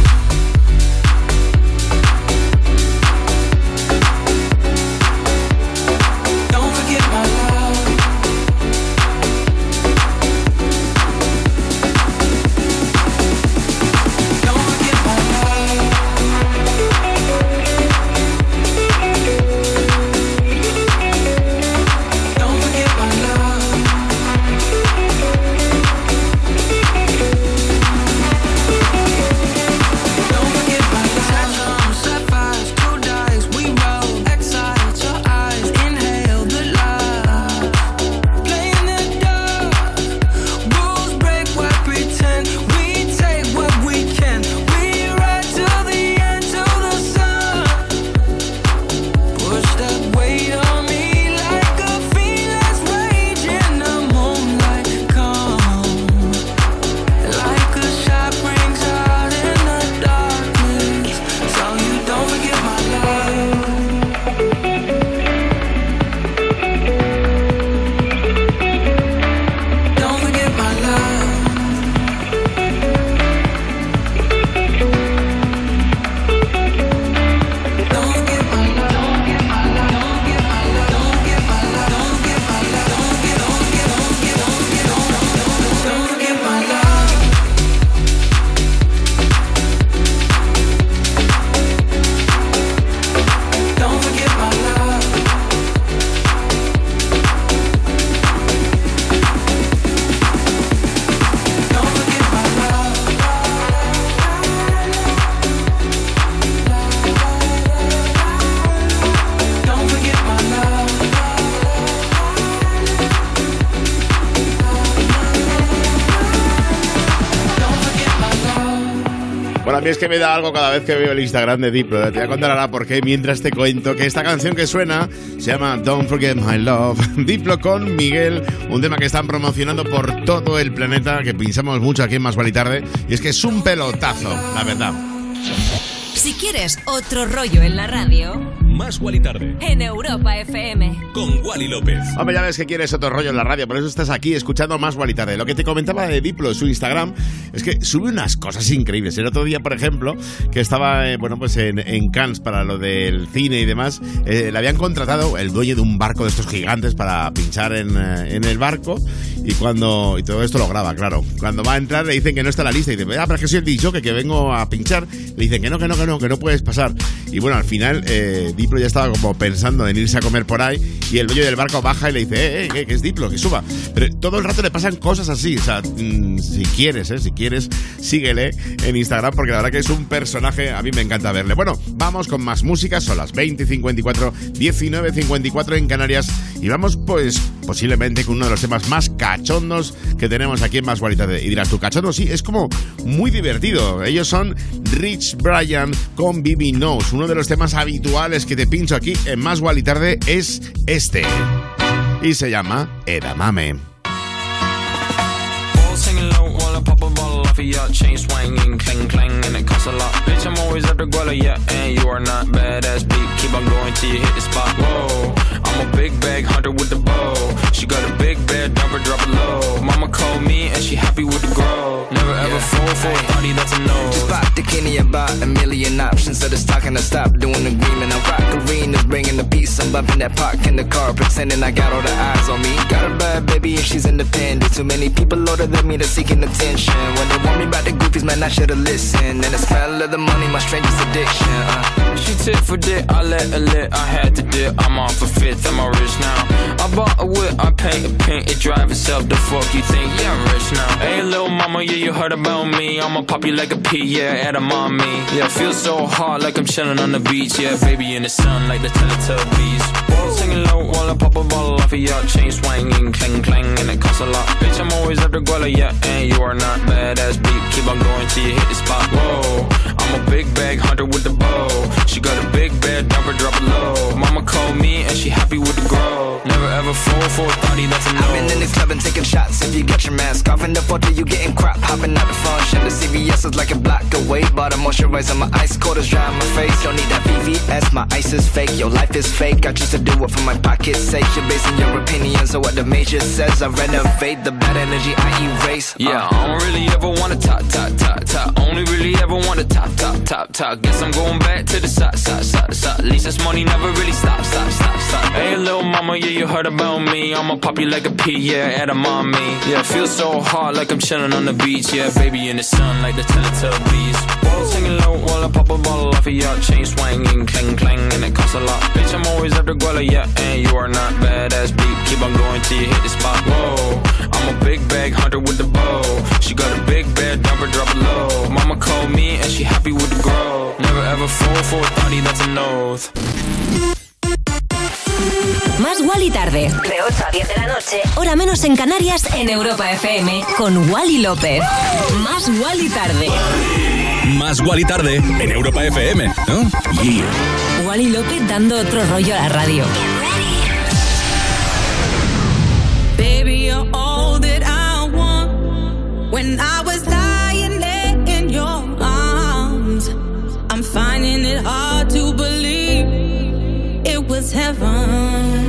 S5: Don't forget my love. Don't forget my love. Don't forget my love. Don't forget my love. Sapphires, two dice, we roll. Excite your eyes, inhale the love. Play in the dark, rules break what pretend. We take what we can. We ride till the end, till the sun. Push that weight on me like a fiend that's rage in the moonlight. Come, like a shot rings out in the darkness. So you don't forget my love. Don't forget my love. Don't forget my love. Don't get my love. Don't get my love. Don't get my love. Don't get my love. Don't forget my love. Don't forget my love. Don't forget my love. Don't forget my love. Don't forget my love.
S4: Bueno, a mí es que me da algo cada vez que veo el Instagram de Diplo. Te voy a contar ahora por qué mientras te cuento que esta canción que suena se llama Don't Forget My Love. Diplo con Miguel, un tema que están promocionando por todo el planeta, que pinchamos mucho aquí en Más Vale Tarde, y es que es un pelotazo, la verdad.
S3: Si quieres otro rollo en la radio,
S2: Más Wally Tarde.
S3: En Europa FM.
S2: Con Wally López.
S4: Hombre, ya ves que quieres otro rollo en la radio, por eso estás aquí escuchando Más Wally Tarde. Lo que te comentaba de Diplo en su Instagram es que sube unas cosas increíbles. El otro día, por ejemplo, que estaba en Cannes para lo del cine y demás, le habían contratado el dueño de un barco de estos gigantes para pinchar en el barco y todo esto lo graba, claro. Cuando va a entrar le dicen que no está en la lista y dice, pero es que soy el DJ que vengo a pinchar. Le dicen que no puedes pasar. Y bueno, al final Diplo ya estaba como pensando en irse a comer por ahí y el dueño del barco baja y le dice, que es Diplo, que suba. Pero todo el rato le pasan cosas así. O sea, si quieres, síguele en Instagram porque la verdad que es un personaje, a mí me encanta verle. Bueno, vamos con más música, son las 20:54, 19:54 en Canarias y vamos pues posiblemente con uno de los temas más cachondos que tenemos aquí en Más Wally Tarde. Y dirás tú, cachondo, sí, es como muy divertido. Ellos son Rich Brian con Bibi Knows. Uno de los temas habituales que te pincho aquí en Más Wally Tarde es este. Y se llama Edamame.
S8: Chain swinging, clang clang, and it costs a lot. Bitch, I'm always at the guala, yeah, and you are not badass beat. Keep on going till you hit the spot. Whoa, I'm a big bag hunter with the bow. She got a big bed, number drop it low. Mama called me and she happy with the grow. Never ever fall for a party that's a no.
S10: Just pop the Kenny about a million options. So it's talking to stop doing the agreement. I rock arenas, bringing the peace. I'm bumping that park in the car, pretending I got all the eyes on me. Got a bad baby and she's independent. Too many people older than me, they're seeking attention. When they want me about the goofies, man, I should've listened. And the smell of the money, my strangest addiction.
S8: She tit for dick, I let her lit. I had to dip, I'm off a fifth, I'm all rich now. I bought a whip, I paint a paint, it drive itself. The fuck you think? Yeah, I'm rich now. Hey, little mama, yeah, you heard about me. I'ma pop you like a pea, yeah, at a mommy. Yeah, feel so hot like I'm chilling on the beach. Yeah, baby in the sun like the Teletubbies. Singing low while I pop a bottle off of your chain swinging, clang clang, and it costs a lot. Bitch, I'm always at the guala, yeah, and you are not badass beat. Keep on going till you hit the spot. Whoa, I'm a big bag hunter with the bow. She got a big bed, number drop it low. Mama called me and she happy with the grow. Never ever fall for a party that's a no.
S10: I've been in the club and taking shots. If you got your mask off in the photo, you getting crap. Hopping out the function, the CVS is like a block away. Bought a moisturizer, my ice cold is dry on my face. Don't need that VVS, my ice is fake. Your life is fake, I choose to do it for my pocket's sake. You're basing your opinions on what the major says. I renovate the bad energy, I erase.
S8: Yeah, I don't really ever wanna top. Only really ever wanna top. Guess I'm going back to the side. At least this money never really stops. Hey, little mama, yeah, you heard about me. I'ma pop you like a pea, yeah, at a mommy. Yeah, feel so hot like I'm chilling on the beach. Yeah, baby in the sun like the Teletubbies. Singing low while I pop a bottle off of your chain swinging, clang clang, and it costs a lot. Bitch, I'm always at the guala, yeah, and you are not badass beat. Keep on going till you hit the spot. Whoa, I'm a big bag hunter with the bow. She got a big bed, number drop it low. Mama called me and she happy with the grow. Never ever fall for a party that's a nose.
S3: Más Wally Tarde, de 8 a 10 de la noche, hora menos en Canarias, en Europa FM, con Wally López. Más Wally Tarde.
S2: Más Wally Tarde en Europa FM, ¿no? Yeah.
S3: Wally López dando otro rollo a la radio.
S6: Baby, you're all that I want. When I was lying there in your arms, I'm finding it hard to believe it was heaven.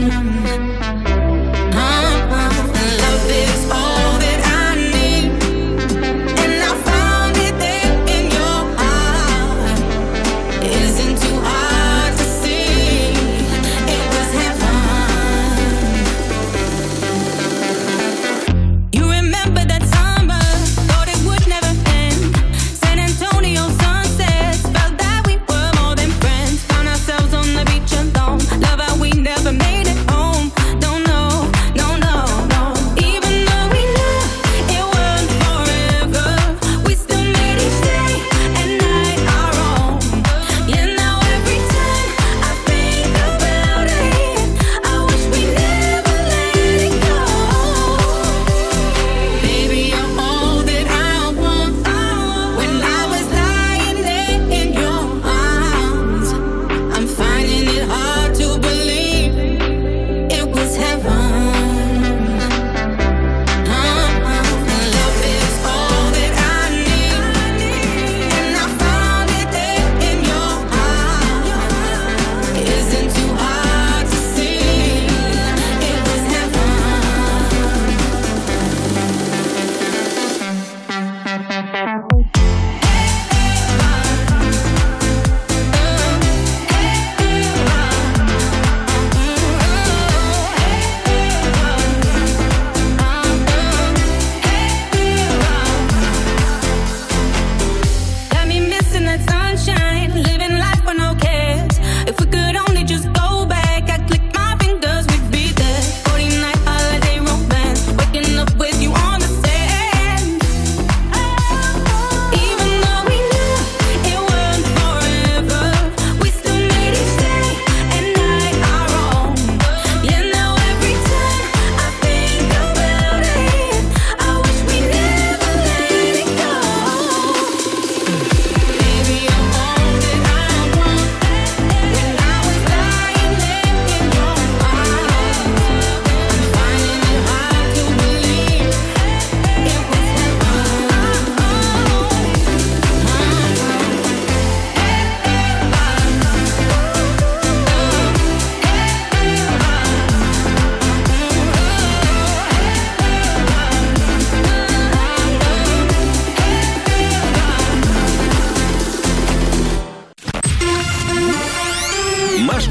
S6: Love is all that I need, and I found it there in your heart. It isn't too hard to see. It was heaven. You remember that summer? Thought it would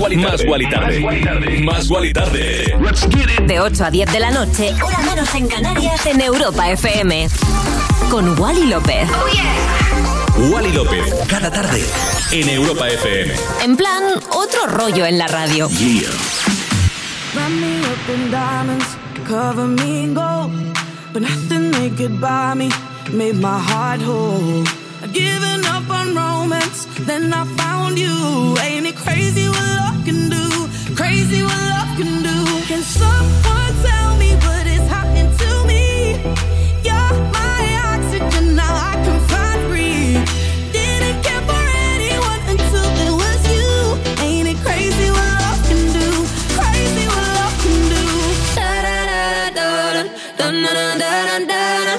S2: Wally Tarde. Más Wally Tarde.
S3: De 8 a 10 de la noche, hora menos en Canarias, en Europa FM. Con Wally López.
S2: Oh, yeah. Wally López, cada tarde, en Europa FM.
S3: En plan, otro rollo en la radio.
S2: Yeah.
S6: Wrap me up in diamonds, cover me in gold, but nothing they could buy me made my heart whole. I'd given up on romance, then I found you. Ain't it crazy what love can do? Crazy what love can do. Can someone tell me what is happening to me? You're my oxygen, now I can find breathe. Didn't care for anyone until it was you. Ain't it crazy what love can do? Crazy what love can do. Da da da da da da da da da da.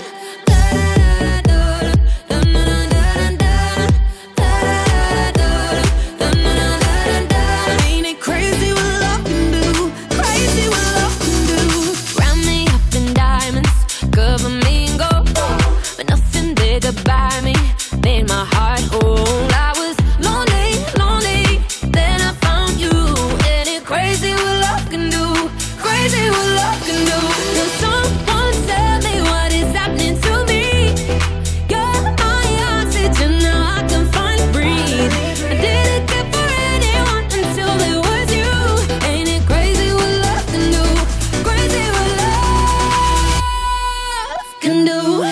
S1: By me, made my heart whole. I was lonely, lonely, then I found you. And it's crazy what love can do, crazy what love can do. Can someone tell me what is happening to me? You're my oxygen, now I can finally breathe. I didn't care for anyone until it was you. Ain't it crazy what love can do, crazy what love can do.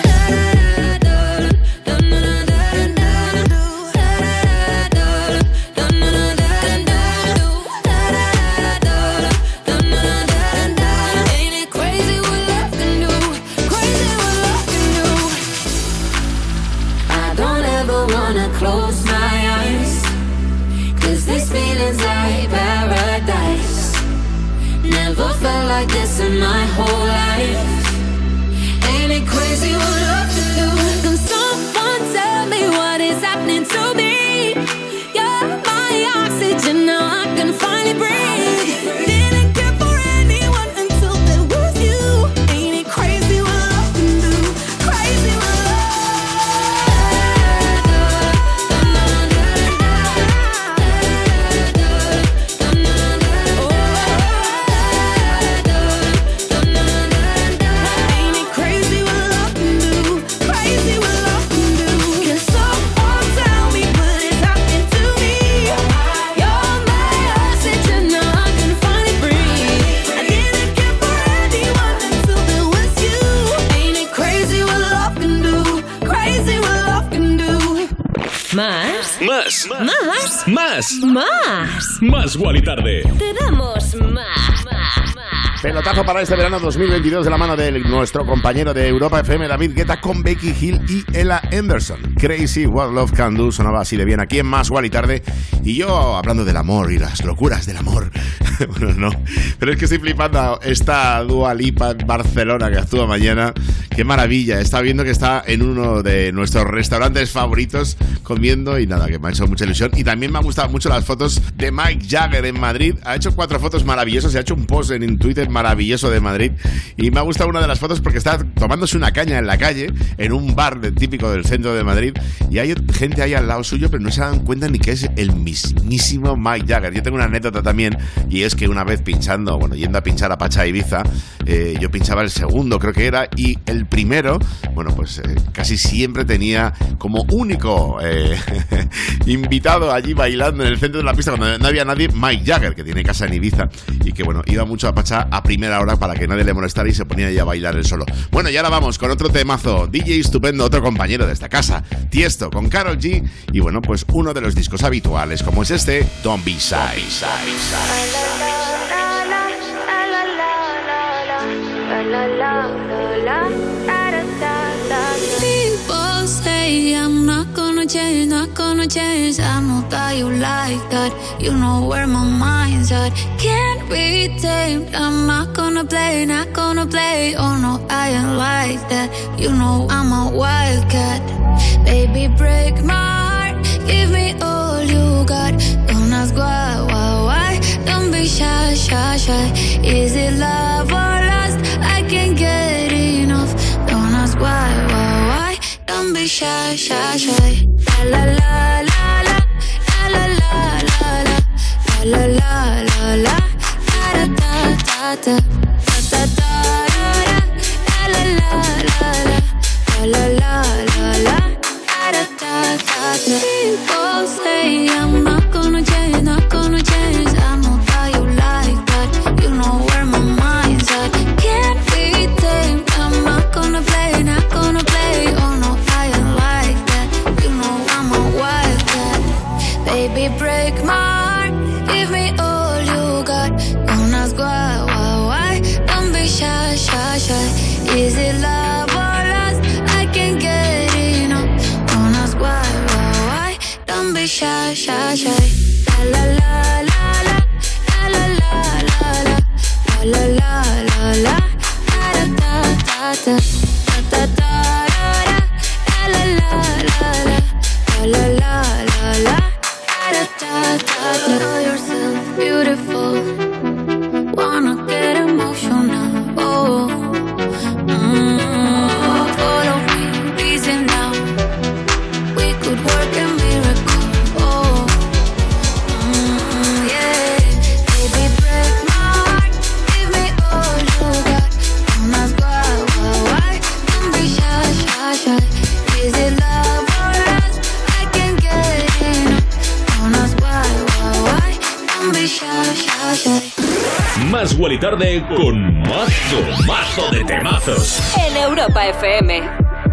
S1: Close my eyes, 'cause this feeling's like paradise. Never felt like this in my whole life. Ain't it crazy what love can do? Can someone tell me what is happening to me? You're my oxygen, now I can finally breathe. Didn't care for anyone until there was you. Ain't it crazy what love can do? Crazy what
S2: Más Wally Tarde.
S3: Te damos más.
S4: Pelotazo para este verano 2022 de la mano de nuestro compañero de Europa FM, David Guetta, con Becky Hill y Ella Anderson. Crazy What Love Can Do sonaba así de bien aquí en Más Wally Tarde. Y yo hablando del amor y las locuras del amor. Bueno, no, pero es que estoy flipando esta Dua Lipa en Barcelona que actúa mañana. Qué maravilla, está viendo que está en uno de nuestros restaurantes favoritos comiendo y nada, que me ha hecho mucha ilusión. Y también me han gustado mucho las fotos de Mike Jagger en Madrid. Ha hecho 4 fotos maravillosas, se ha hecho un post en Twitter maravilloso de Madrid y me ha gustado una de las fotos porque está tomándose una caña en la calle, en un bar típico del centro de Madrid, y hay gente ahí al lado suyo, pero no se dan cuenta ni que es el mismísimo Mike Jagger. Yo tengo una anécdota también, y es que una vez pinchando, yendo a pinchar a Pacha Ibiza, yo pinchaba el segundo, creo que era, y el primero, pues casi siempre tenía como único invitado allí bailando en el centro de la pista cuando no había nadie, Mike Jagger, que tiene casa en Ibiza, y que iba mucho a Pacha a primera hora para que nadie le molestara y se ponía ahí a bailar él solo. Bueno, y ahora vamos con otro temazo, DJ estupendo, otro compañero de esta casa, Tiesto, con Karol G, y pues uno de los discos habituales, como es este, Don't Be Shy.
S1: People say I'm not gonna change. I know that you like that. You know where my mind's at. Can't be tamed. I'm not gonna play. Oh no, I ain't like that. You know I'm a wildcat. Baby, break my heart. Give me all you got. Don't ask why. Don't be shy. Is it love or lust? I can't get enough. Don't ask why. Don't be shy. La la la la la la la la la la La la la la, da da da da, da da da, la la la la, la la la la, da da da da. People say I'm not gonna change, not gonna change. I know that you like that, you know where my mind's at. Can't be tamed, I'm not gonna play, not gonna play. Oh no, I ain't like that, you know I'm a wildcat. Baby, break my heart, give me all you got. Don't ask why, don't be shy, shy, shy. Is it love or lust? I can't get enough. Don't ask why, don't be shy, shy, shy. La la la la, la la la la, la la la la, da da da da, da da da, la la la la, la la la la, da da da. Know yourself beautiful, wanna get emotional. Oh, follow me, easy now. We could work a miracle. Oh, yeah. Baby, break my heart, give me all you got. Don't ask why, don't be shy, shy, shy. Is it love or lust? I can't get enough. Don't ask why, don't be shy, shy, shy.
S2: Más Wally Tarde con mazo de temazos.
S3: En Europa FM.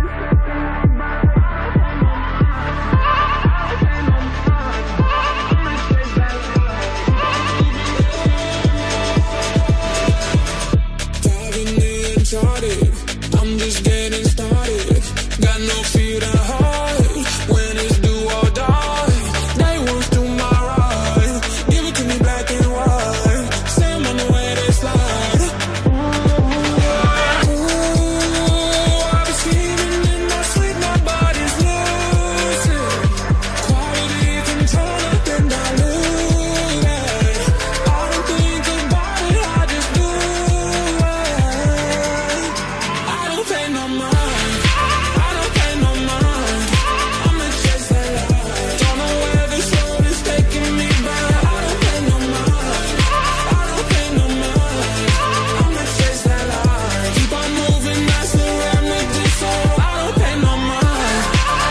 S8: I'm just getting started. Got no fear to hide. When it's do or die, they won't do my right. Give it to me black and white. Say I'm on the way they slide. Ooh, I've been scheming in my sleep. My body's losing quality control. Nothing diluted. I don't think about it. I just do it. I don't pay no mind. I don't pay no mind. I'ma chase that light. Don't know where this road is taking me, but I don't pay no mind. I don't pay no mind. I'ma chase that light. Keep on moving, that's the remedy, so I don't pay no mind.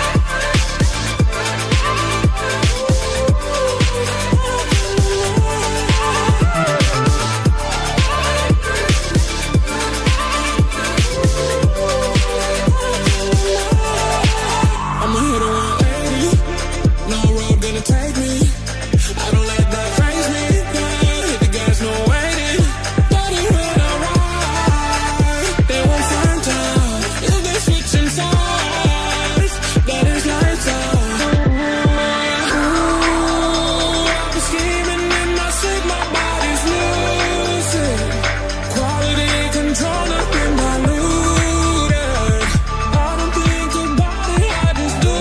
S8: I'ma hit a 180. No road gonna take me. I don't let that phase me. Hit the gas, no waiting. Body when I ride, they won't find time. If they switching sides, that is lights out. Ooh, I've been scheming in my sleep. My body's losing quality control. Nothing diluted. I don't think about it. I just do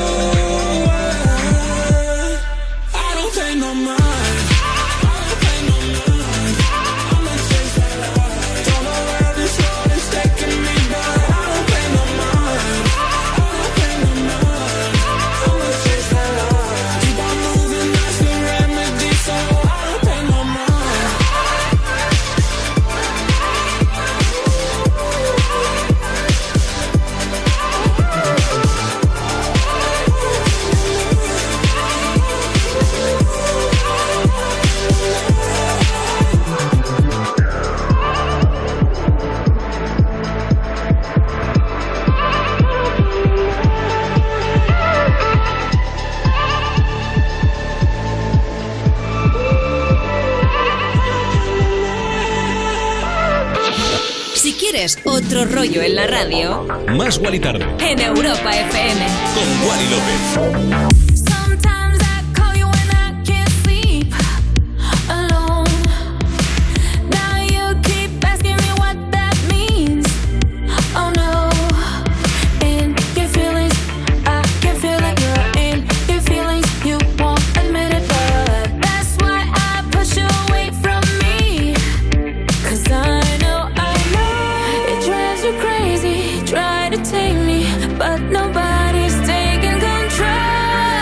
S8: it. I don't pay no mind. I don't pay no mind. I'ma chase that light. Don't know where this road is taking me, but I don't pay no mind. I don't pay no mind. I'ma chase that light. Keep on moving, that's the remedy, so I don't pay no mind.
S3: Si quieres otro rollo en la radio,
S2: Más Wally Tarde
S3: en Europa FM.
S2: con Wally López.
S1: Sometimes I call you when I can't sleep alone. Now you keep asking me what that means. Oh no, in your feelings, I can feel it. You're in your feelings, you won't admit it, but that's why I push you away from me. 'Cause I know it drives you crazy. Try to take me, but nobody's taking control.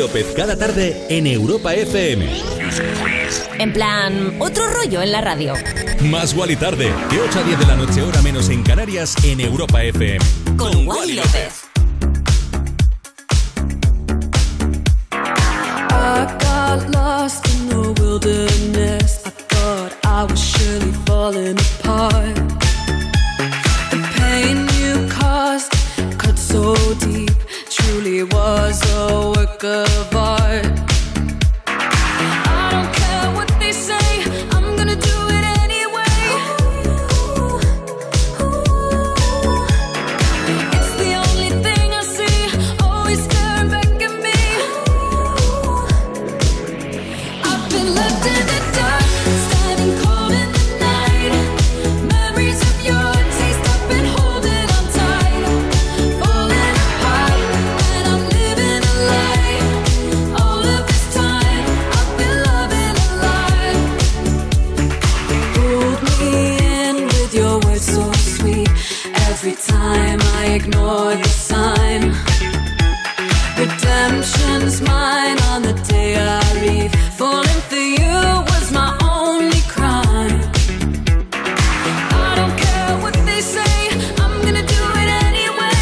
S2: López cada tarde en Europa FM.
S3: En plan, otro rollo en la radio.
S2: Más Wally tarde, de 8 a 10 de la noche, hora menos en Canarias, en Europa FM.
S3: Con Wally López.
S1: I got lost in the wilderness. I thought I was surely falling apart. The pain you caused cut so deep, truly was a work of art. I don't care what they say, I'm gonna do it anyway. It's the only thing I see, always staring back at me. I've been left in the dark, standing cold in the night. Memories of your taste, I've been holding on tight. Falling apart, and I'm living a lie. All of this time, I've been loving a lie. Pulled me in with your words so sweet. Every time I ignore the sign. Redemption's mine on the day I leave. Falling for you was my only crime. I don't care what they say, I'm gonna do it anyway.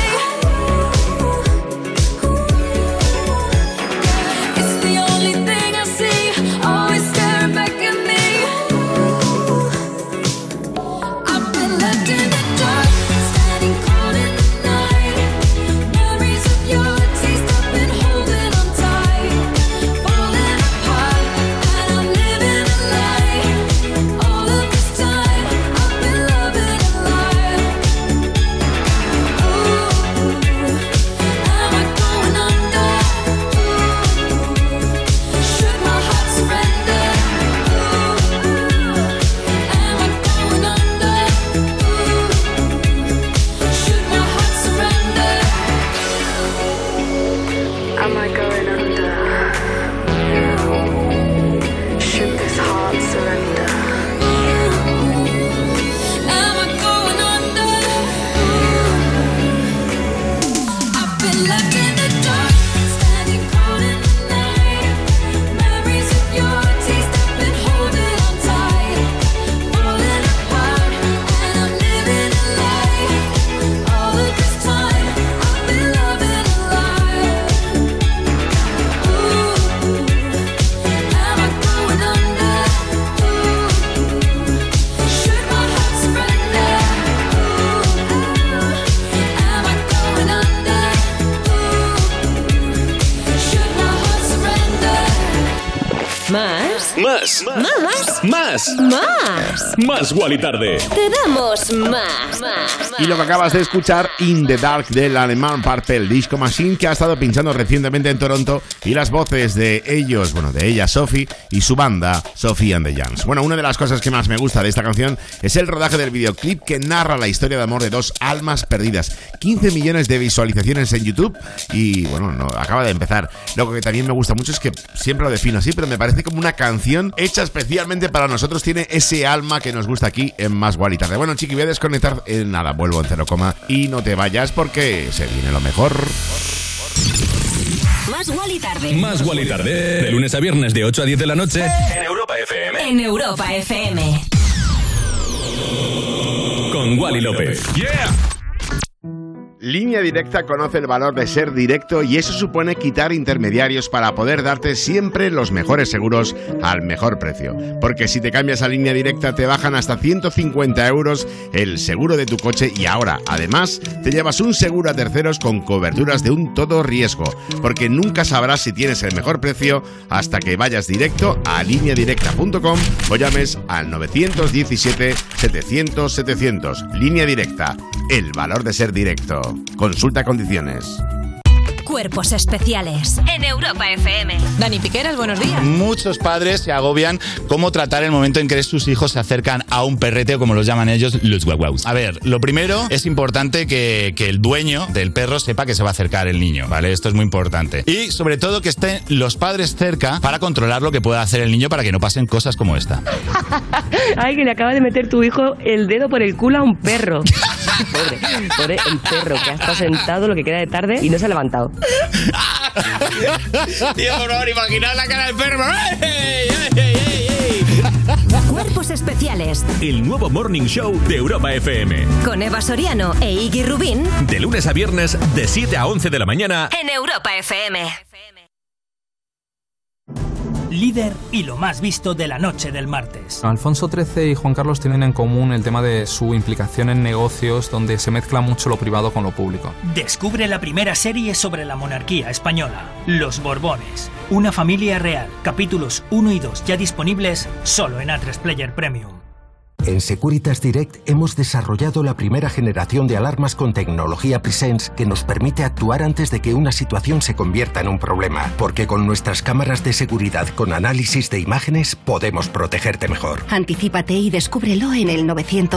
S1: It's the only thing I see, always staring back at me. I've been left in the dark, standing cold in the night. Memories of your taste, I've been holding on tight. Falling apart, and I'm living a lie. All of this time, I've been loving a lie. Ooh, am I going under? Should my heart surrender? Am I going under? Should my heart surrender? Am I going under? Should this heart surrender? Am I going under? I've been left in the dark, standing cold in the night. Memories of your taste, I've been holding on tight. Falling apart, and I'm living a lie. All of this time, I've been loving a lie. Ooh, am I going under? Should my heart surrender? Am I going under? Should my heart surrender?
S3: ¿Más?
S2: Más.
S3: ¿Más?
S2: Más.
S3: ¿Más?
S2: Más Wally tarde.
S3: Te damos más.
S4: Y lo que acabas de escuchar, In the Dark, del alemán Purple Disco Machine, que ha estado pinchando recientemente en Toronto, y las voces de ellos, bueno, de ella, Sophie, y su banda, Sophie and the Giants. Bueno, una de las cosas que más me gusta de esta canción es el rodaje del videoclip que narra la historia de amor de dos almas perdidas. 15 millones de visualizaciones en YouTube y, bueno, no, acaba de empezar. Lo que también me gusta mucho es que siempre lo defino así, pero me parece como una canción hecha especialmente para nosotros. Tiene ese alma que nos gusta aquí en Más Wally tarde. Bueno, chiqui, voy a desconectar. Nada, vuelvo en 0, y no te vayas porque se viene lo mejor.
S3: Más Wally tarde.
S2: Más Wally tarde. De lunes a viernes de 8 a 10 de la noche en Europa FM.
S3: En Europa FM.
S2: Con Wally López. Yeah.
S4: Línea Directa conoce el valor de ser directo y eso supone quitar intermediarios para poder darte siempre los mejores seguros al mejor precio. Porque si te cambias a Línea Directa te bajan hasta 150 euros el seguro de tu coche y ahora, además, te llevas un seguro a terceros con coberturas de un todo riesgo. Porque nunca sabrás si tienes el mejor precio hasta que vayas directo a lineadirecta.com o llames al 917-700-700. Línea Directa, el valor de ser directo. Consulta condiciones.
S3: Cuerpos especiales en Europa FM.
S11: Dani Piqueras, buenos días.
S19: Muchos padres se agobian cómo tratar el momento en que sus hijos se acercan a un perrete, o como los llaman ellos, los guaguaus. A ver, lo primero es importante que el dueño del perro sepa que se va a acercar el niño, ¿vale? Esto es muy importante. Y sobre todo que estén los padres cerca para controlar lo que pueda hacer el niño para que no pasen cosas como esta.
S11: Ay, que le acaba de meter tu hijo el dedo por el culo a un perro. Pobre el perro que ha estado sentado lo que queda de tarde y no se ha levantado.
S19: Tío, por favor, imaginad la cara del perro. ¡Ey, ey, ey, ey!
S3: Cuerpos especiales.
S2: El nuevo Morning Show de Europa FM.
S3: Con Eva Soriano e Iggy Rubín.
S2: De lunes a viernes, de 7 a 11 de la mañana.
S3: En Europa FM.
S18: Líder y lo más visto de la noche del martes.
S7: Alfonso XIII y Juan Carlos tienen en común el tema de su implicación en negocios donde se mezcla mucho lo privado con lo público.
S18: Descubre la primera serie sobre la monarquía española, Los Borbones, una familia real. Capítulos 1 y 2 ya disponibles solo en A3 Player Premium.
S13: En Securitas Direct hemos desarrollado la primera generación de alarmas con tecnología Presence que nos permite actuar antes de que una situación se convierta en un problema, porque con nuestras cámaras de seguridad con análisis de imágenes podemos protegerte mejor.
S23: Anticípate y descúbrelo en el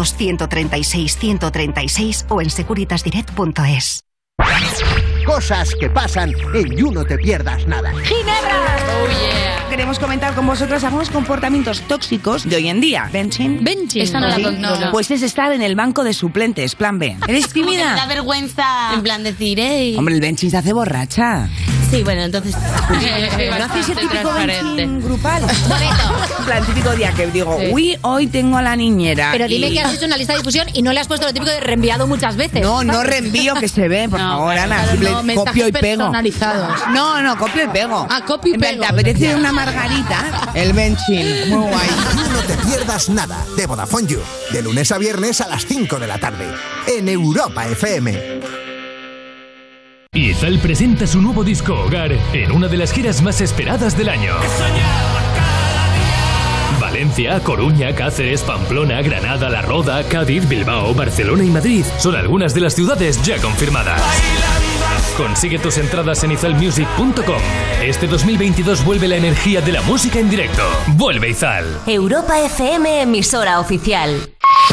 S23: 900-136-136 o en securitasdirect.es.
S22: Cosas que pasan en You No Te Pierdas Nada.
S24: ¡Ginebra!
S25: Oh, yeah.
S24: Queremos comentar con vosotros algunos comportamientos tóxicos de hoy en día. ¿Benching?
S25: Esta no la conozco. No.
S24: Pues es estar en el banco de suplentes, plan B. ¿Eres tímida?
S25: Me da vergüenza. En plan decir,
S24: Hombre, el benching se hace borracha.
S25: Sí, bueno, entonces...
S24: ¿No hacéis el típico benching grupal? En plan, típico día que digo, uy, hoy tengo a la niñera.
S25: Pero dime que has hecho una lista de difusión y no le has puesto lo típico de reenviado muchas veces.
S24: No reenvío, que se ve, por favor, Ana.
S25: Claro,
S24: Copio y pego.
S25: Personalizados.
S24: No, copio y pego.
S25: Copio y pego.
S24: ¿Te apetece una margarita? El benching. Muy guay.
S22: No te pierdas nada de Vodafone You. De lunes a viernes a las 5 de la tarde. En Europa FM.
S12: Izal presenta su nuevo disco Hogar en una de las giras más esperadas del año. Valencia, Coruña, Cáceres, Pamplona, Granada, La Roda, Cádiz, Bilbao, Barcelona y Madrid son algunas de las ciudades ya confirmadas. Consigue tus entradas en izalmusic.com. Este 2022 vuelve la energía de la música en directo. Vuelve Izal.
S3: Europa FM, emisora oficial.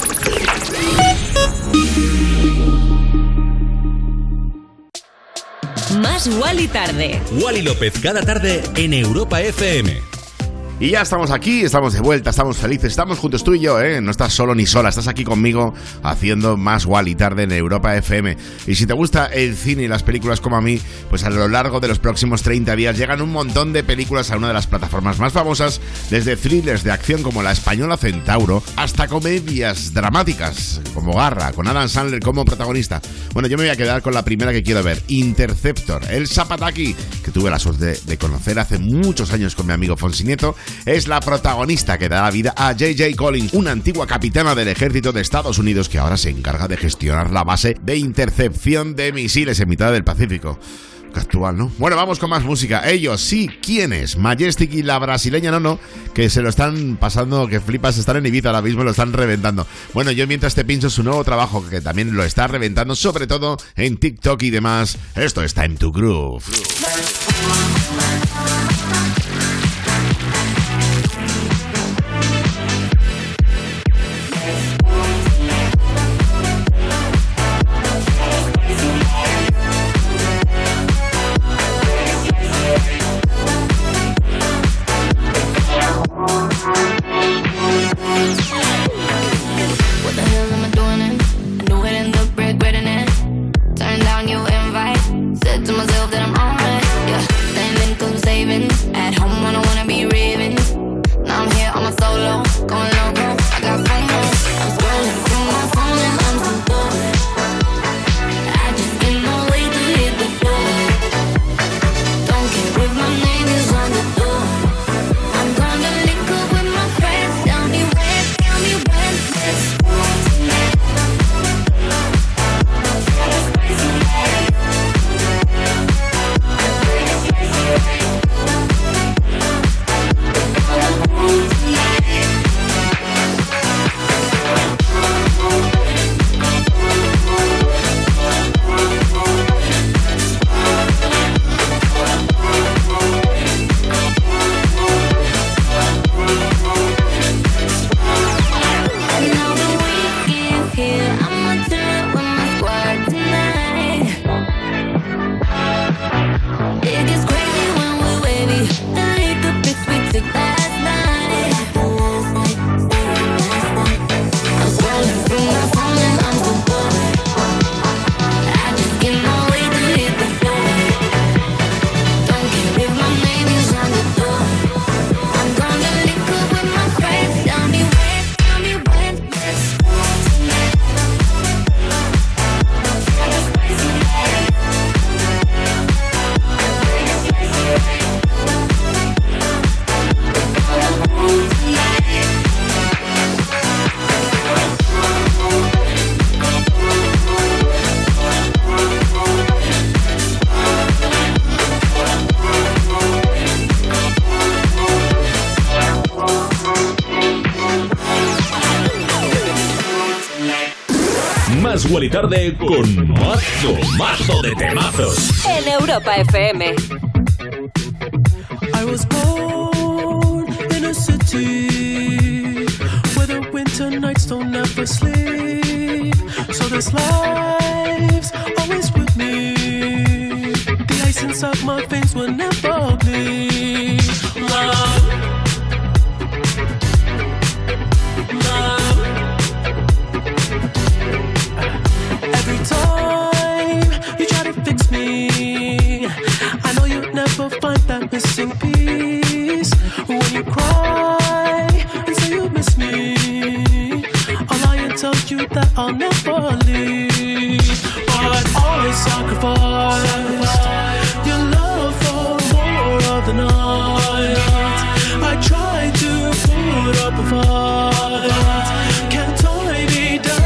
S3: Más Wally tarde.
S2: Wally López cada tarde en Europa FM.
S4: Y ya estamos aquí, estamos de vuelta, estamos felices, estamos juntos tú y yo, ¿eh? No estás solo ni sola, estás aquí conmigo haciendo más Wally tarde en Europa FM. Y si te gusta el cine y las películas como a mí, pues a lo largo de los próximos 30 días llegan un montón de películas a una de las plataformas más famosas, desde thrillers de acción como la española Centauro, hasta comedias dramáticas como Garra, con Adam Sandler como protagonista. Bueno, yo me voy a quedar con la primera que quiero ver, Interceptor. El Zapataki, que tuve la suerte de conocer hace muchos años con mi amigo Fonsi Nieto, es la protagonista que da vida a J.J. Collins, una antigua capitana del ejército de Estados Unidos que ahora se encarga de gestionar la base de intercepción de misiles en mitad del Pacífico. Qué actual, ¿no? Bueno, vamos con más música. Ellos sí, ¿quiénes? Majestic y la brasileña Nono, que se lo están pasando, que flipas, están en Ibiza ahora mismo, lo están reventando. Bueno, yo mientras te pincho su nuevo trabajo, que también lo está reventando, sobre todo en TikTok y demás. Esto es Time to Groove.
S1: Said to myself that I'm alright, yeah. Thank them 'cause saving
S2: Más Wally Tarde con mazo de temazos.
S3: En Europa FM.
S5: I was born in a city where the winter nights don't ever sleep. So this life's always with me. The ice inside my veins will never bleed. Love. Every time you try to fix me, I know you'll never find that missing piece. When you cry and say you miss me, I'll lie and tell you that I'll never leave. But always sacrifice your love for more of the night. I try to put up a fight. Can't tie me down.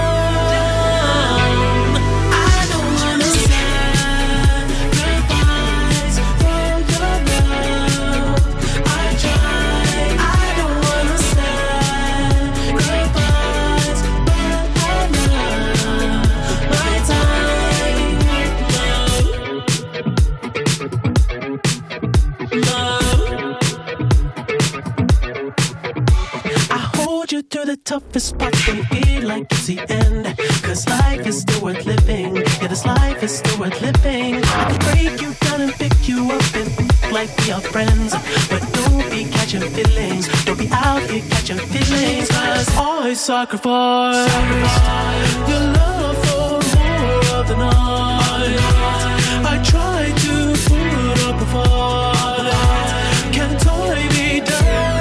S5: To the toughest part, don't feel like it's the end. Cause life is still worth living. Yeah, this life is still worth living. I can break you down and pick you up and like we are friends. But don't be catching feelings. Don't be out here catching feelings. Cause I sacrifice your love for more of the night. I try to put up a fight. Can't tie me down.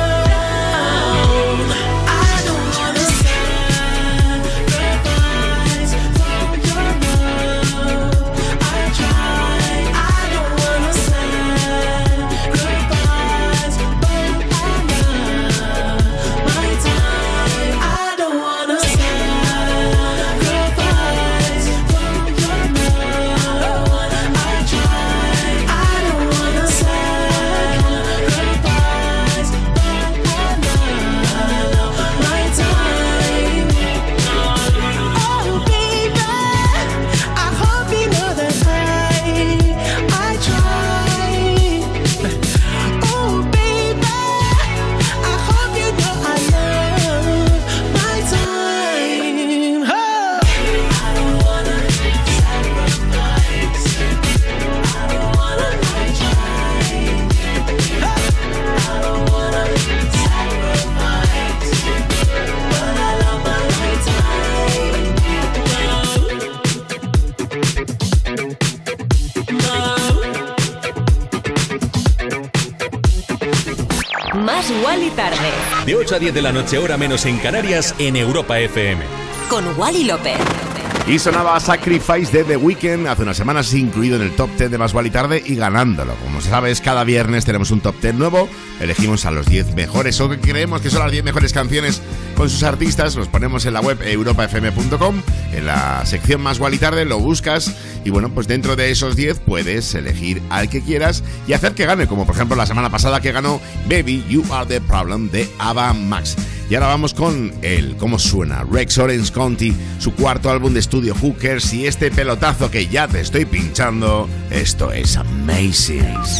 S3: Más Wally Tarde.
S2: De 8 a 10 de la noche, hora menos en Canarias, en Europa FM.
S3: Con Wally López.
S4: Y sonaba Sacrifice de The Weeknd hace unas semanas, incluido en el top 10 de Más Wally Tarde y ganándolo. Como sabes, cada viernes tenemos un top 10 nuevo. Elegimos a los 10 mejores o que creemos que son las 10 mejores canciones con sus artistas. Los ponemos en la web europafm.com, en la sección Más Wally Tarde, lo buscas y bueno, pues dentro de esos 10 puedes elegir al que quieras y hacer que gane, como por ejemplo la semana pasada que ganó Baby You Are The Problem de Ava Max. Y ahora vamos con él, cómo suena Rex Orange County, su cuarto álbum de estudio Who Cares, y este pelotazo que ya te estoy pinchando. Esto es Amazing.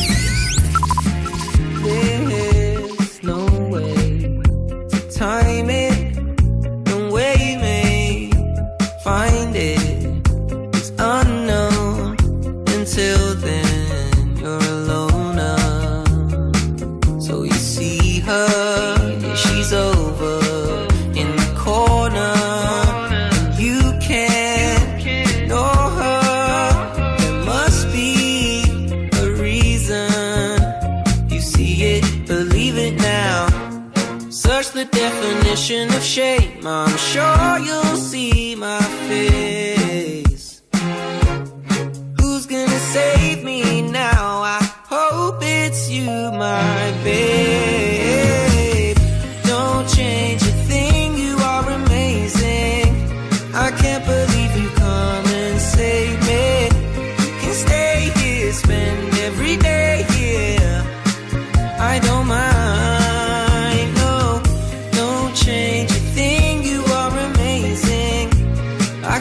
S5: There's no way to time it, no way may find it. It's unknown until then you're alone. So you see her, she's over in the corner. You can't know her. There must be a reason. You see it, believe it now. Search the definition of shame. I'm sure you'll see my face. Who's gonna save me now? I hope it's you, my babe. Don't change a thing, you are amazing. I can't believe you come and save me. You can stay here, spend every day here. I don't mind, no. Don't change a thing, you are amazing. I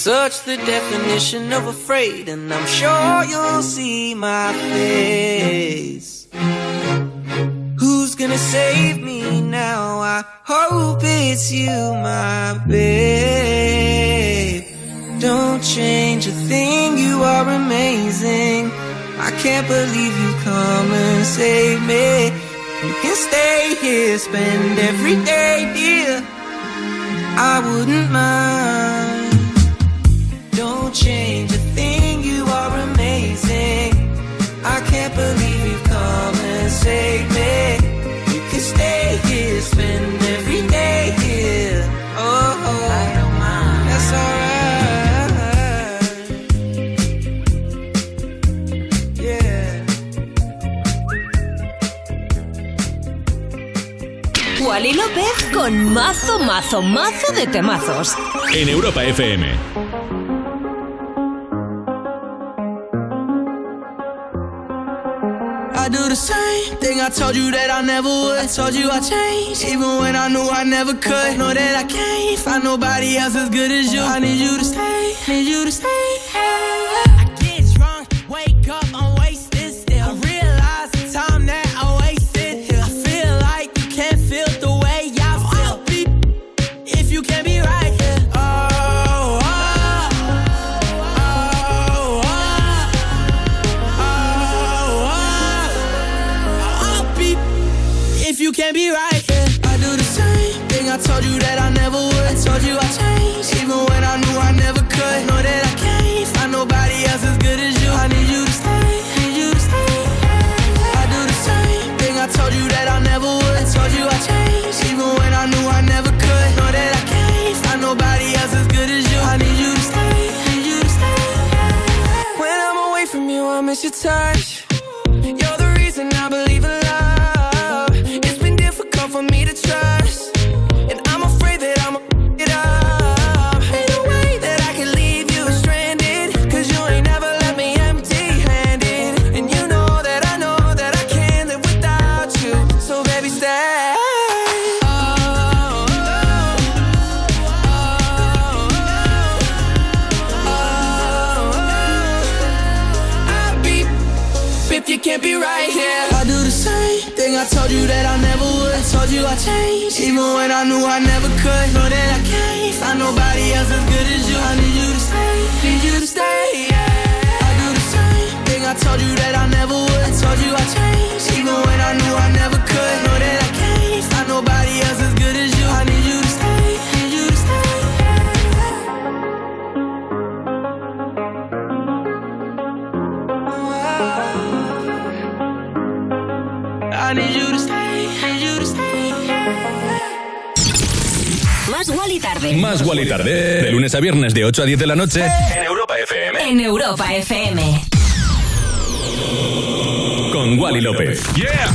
S5: such the definition of afraid, and I'm sure you'll see my face. Who's gonna save me now? I hope it's you, my babe. Don't change a thing, you are amazing. I can't believe you come and save me. You can stay here, spend every day, dear. I wouldn't mind. Don't change a thing, you are amazing. I can't believe you come and save me. You can stay here, spend every day here. Oh, I don't mind. That's alright.
S3: Wally López con mazo de temazos.
S2: En Europa FM.
S8: I do the same thing I told you that I never would. I told you I changed, even when I knew I never could. Know that I can't find nobody else as good as you. I need you to stay, need you to stay. I get drunk, wake up, I'm wasted still. I realize the time that I wasted here. I feel like you can't feel the way I feel. I'll be if you can't be right here. If you can't be right, yeah. I do the same thing I told you that I never would. I told you I changed, even when I knew I never could. Know that I can't find nobody else as good as you. I need you to stay, need you to stay. I do the same thing I told you that I never would. I told you I changed, even when I knew I never could. Know that I can't find nobody else as good as you. I need you to stay, need you to stay. When I'm away from you, I miss your touch. You're the reason I believe in love. For me to trust, and I'm afraid that I'ma it up. Ain't no way that I can leave you stranded, cause you ain't never left me empty-handed. And you know that I can't live without you. So baby, stay. I'll be if you can't be right here. I do the same thing I told you that I never would. I told you I changed, even when I knew I never could. Know that I can't find nobody else as good as you. I need you to stay, need you to stay, yeah. I do the same thing I told you that I never would. I told you I changed, even when I knew I never could. Know that I can't find nobody else as good as you. I need you to stay, need you to stay. I need you to stay, need you to stay.
S3: Más Wally tarde.
S2: Más Wally tarde. De lunes a viernes de 8 a 10 de la noche. En Europa FM.
S3: En Europa FM.
S2: Con Wally López.
S9: ¡Yeah!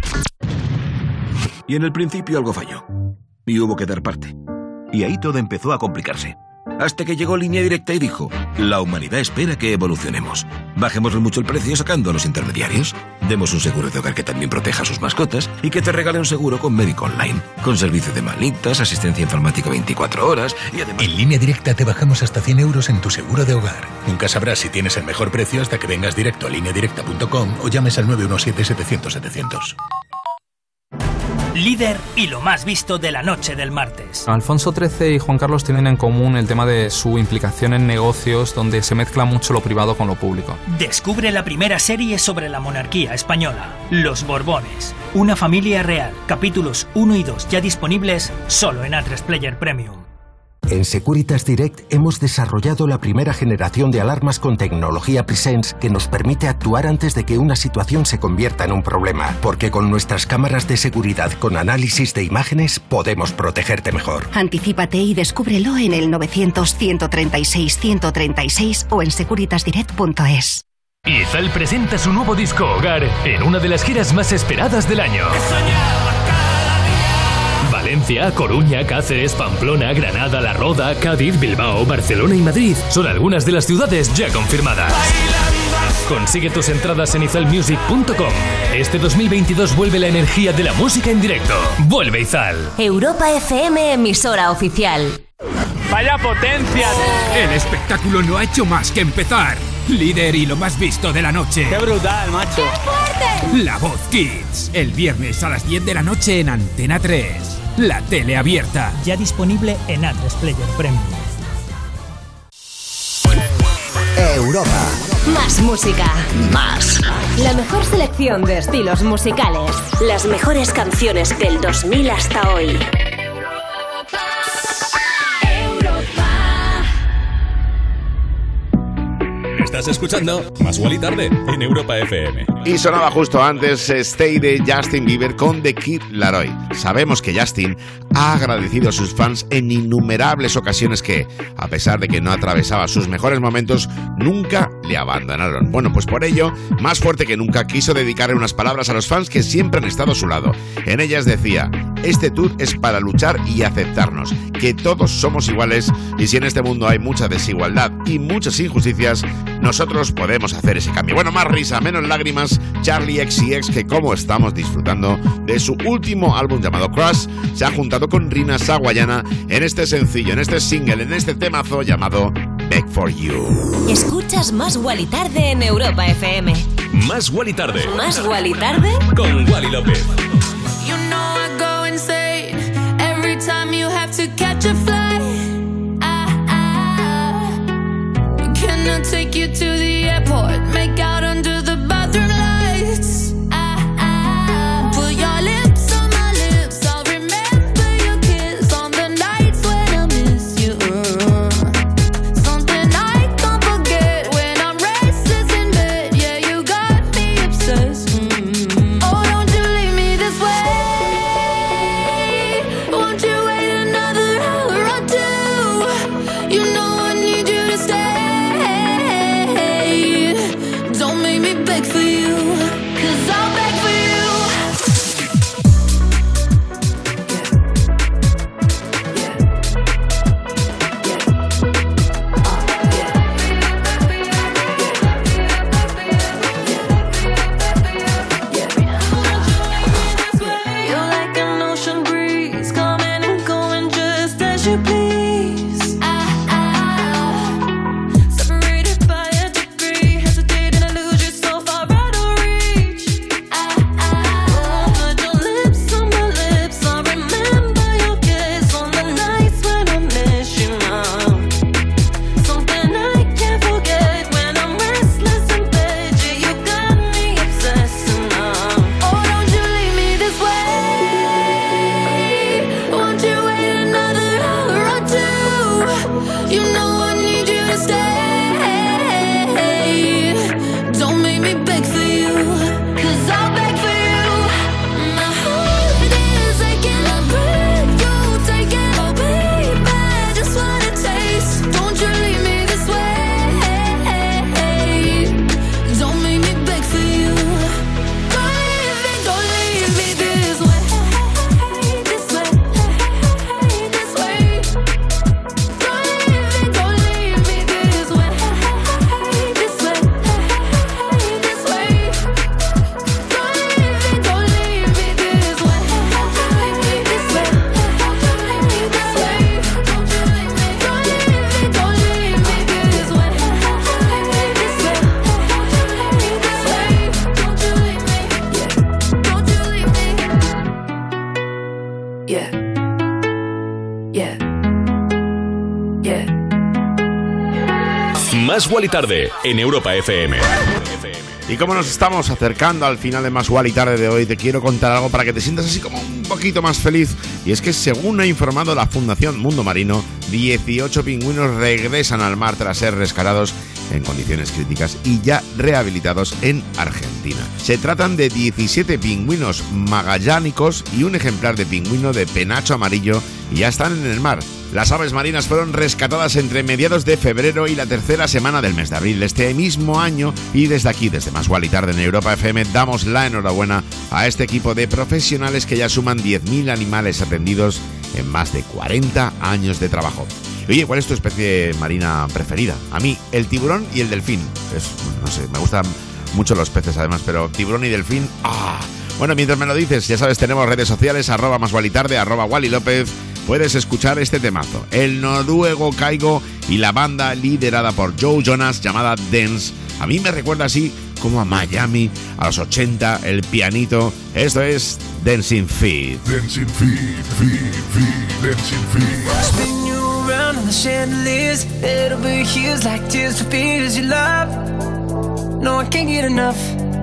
S9: Y en el principio algo falló. Y hubo que dar parte. Y ahí todo empezó a complicarse. Hasta que llegó Línea Directa y dijo: la humanidad espera que evolucionemos. Bajémosle mucho el precio sacando a los intermediarios. Demos un seguro de hogar que también proteja a sus mascotas y que te regale un seguro con médico online, con servicio de manitas, asistencia informática 24 horas y además...
S14: En Línea Directa te bajamos hasta 100 euros en tu seguro de hogar. Nunca sabrás si tienes el mejor precio hasta que vengas directo a lineadirecta.com o llames al 917-700-700.
S18: Líder y lo más visto de la noche del martes.
S7: Alfonso XIII y Juan Carlos tienen en común el tema de su implicación en negocios donde se mezcla mucho lo privado con lo público.
S18: Descubre la primera serie sobre la monarquía española, Los Borbones, una familia real. Capítulos 1 y 2 ya disponibles solo en A3 Player Premium.
S13: En Securitas Direct hemos desarrollado la primera generación de alarmas con tecnología Presence que nos permite actuar antes de que una situación se convierta en un problema, porque con nuestras cámaras de seguridad con análisis de imágenes podemos protegerte mejor.
S23: Anticípate y descúbrelo en el 900-136-136 o en securitasdirect.es.
S12: Izal presenta su nuevo disco Hogar en una de las giras más esperadas del año. Valencia, Coruña, Cáceres, Pamplona, Granada, La Roda, Cádiz, Bilbao, Barcelona y Madrid son algunas de las ciudades ya confirmadas. Consigue tus entradas en izalmusic.com. Este 2022 vuelve la energía de la música en directo. Vuelve Izal.
S3: Europa FM, emisora oficial.
S15: ¡Vaya potencia!
S16: El espectáculo no ha hecho más que empezar. Líder y lo más visto de la noche.
S15: ¡Qué brutal, macho!
S16: ¡Qué fuerte! La Voz Kids. El viernes a las 10 de la noche en Antena 3. La tele abierta.
S18: Ya disponible en A3 Player Premium.
S22: Europa.
S3: Más música.
S22: Más.
S3: La mejor selección de estilos musicales. Las mejores canciones del 2000 hasta hoy.
S2: Estás escuchando Más Guali Tarde en Europa FM.
S4: Y sonaba justo antes Stay de Justin Bieber con The Kid Laroi. Sabemos que Justin ha agradecido a sus fans en innumerables ocasiones que, a pesar de que no atravesaba sus mejores momentos, nunca le abandonaron. Bueno, pues por ello, más fuerte que nunca, quiso dedicarle unas palabras a los fans que siempre han estado a su lado. En ellas decía: este tour es para luchar y aceptarnos, que todos somos iguales, y si en este mundo hay mucha desigualdad y muchas injusticias, nosotros podemos hacer ese cambio. Bueno, más risa, menos lágrimas. Charlie XCX, que como estamos disfrutando de su último álbum llamado Crush, se ha juntado con Rina Sawayana en este sencillo, en este single, en este temazo llamado Beg For You.
S3: Escuchas Más Guali Tarde en Europa FM.
S2: Más Guali Tarde.
S3: Más Guali Tarde
S2: con Wally López.
S1: You know I go insane every time you have to catch a flight. Can I take you to the airport? Make out under the bathroom lights. Put your lips on my lips. I'll remember your kiss on the nights when I miss you. Something I can't forget when I'm restless in bed. Yeah, you got me obsessed. Oh, don't you leave me this way. Won't you wait another hour or two? You know I need you to stay. Don't make me beg for you, 'cause I'll beg for you. You're like an ocean breeze, coming and going just as you please. Separated by a degree, hesitating to lose you so far out of reach. Put your lips on my lips, I remember your kiss on the nights when I miss you now. Something I can't forget when I'm restless in bed. Yeah, you got me obsessing now. Oh, don't you leave me this way. Won't you wait another hour or two? You know I need you to stay. Don't make me beg for you, 'cause I'll beg for you. My heart is aching, I breathe you, take it all, baby. Just wanna taste. Don't you leave me this way. Don't make me beg for you. Don't leave me this way. This way, this way. Don't leave me this way. This way, this way. Don't leave me this way. This way, this way. Don't leave me this way. This way, this way. Don't you leave me. Yeah. Yeah. Yeah.
S2: Más Guali Tarde en Europa FM.
S4: Y como nos estamos acercando al final de Más Guali Tarde de hoy, te quiero contar algo para que te sientas así como un poquito más feliz. Y es que, según ha informado la Fundación Mundo Marino, 18 pingüinos regresan al mar tras ser rescatados en condiciones críticas y ya rehabilitados en Argentina. Se tratan de 17 pingüinos magallánicos y un ejemplar de pingüino de penacho amarillo, y ya están en el mar. Las aves marinas fueron rescatadas entre mediados de febrero y la tercera semana del mes de abril de este mismo año, y desde aquí, desde Más Guali Tarde en Europa FM, damos la enhorabuena a este equipo de profesionales que ya suman 10.000 animales atendidos en más de 40 años de trabajo. Oye, ¿cuál es tu especie marina preferida? A mí, el tiburón y el delfín. No sé, me gustan mucho los peces además, pero tiburón y delfín, ¡ah! Bueno, mientras me lo dices, ya sabes, tenemos redes sociales, @másgualitarde, @Wally López. puedes escuchar este temazo. El noruego Kygo y la banda liderada por Joe Jonas llamada Dance. A mí me recuerda así como a Miami, a los 80, el pianito. Esto es Dancing Feet.
S6: Dancing Feet, Dancing Feet.
S5: Spin you around on the chandeliers, it'll be heels like tears for fears you love. No, I can't get enough.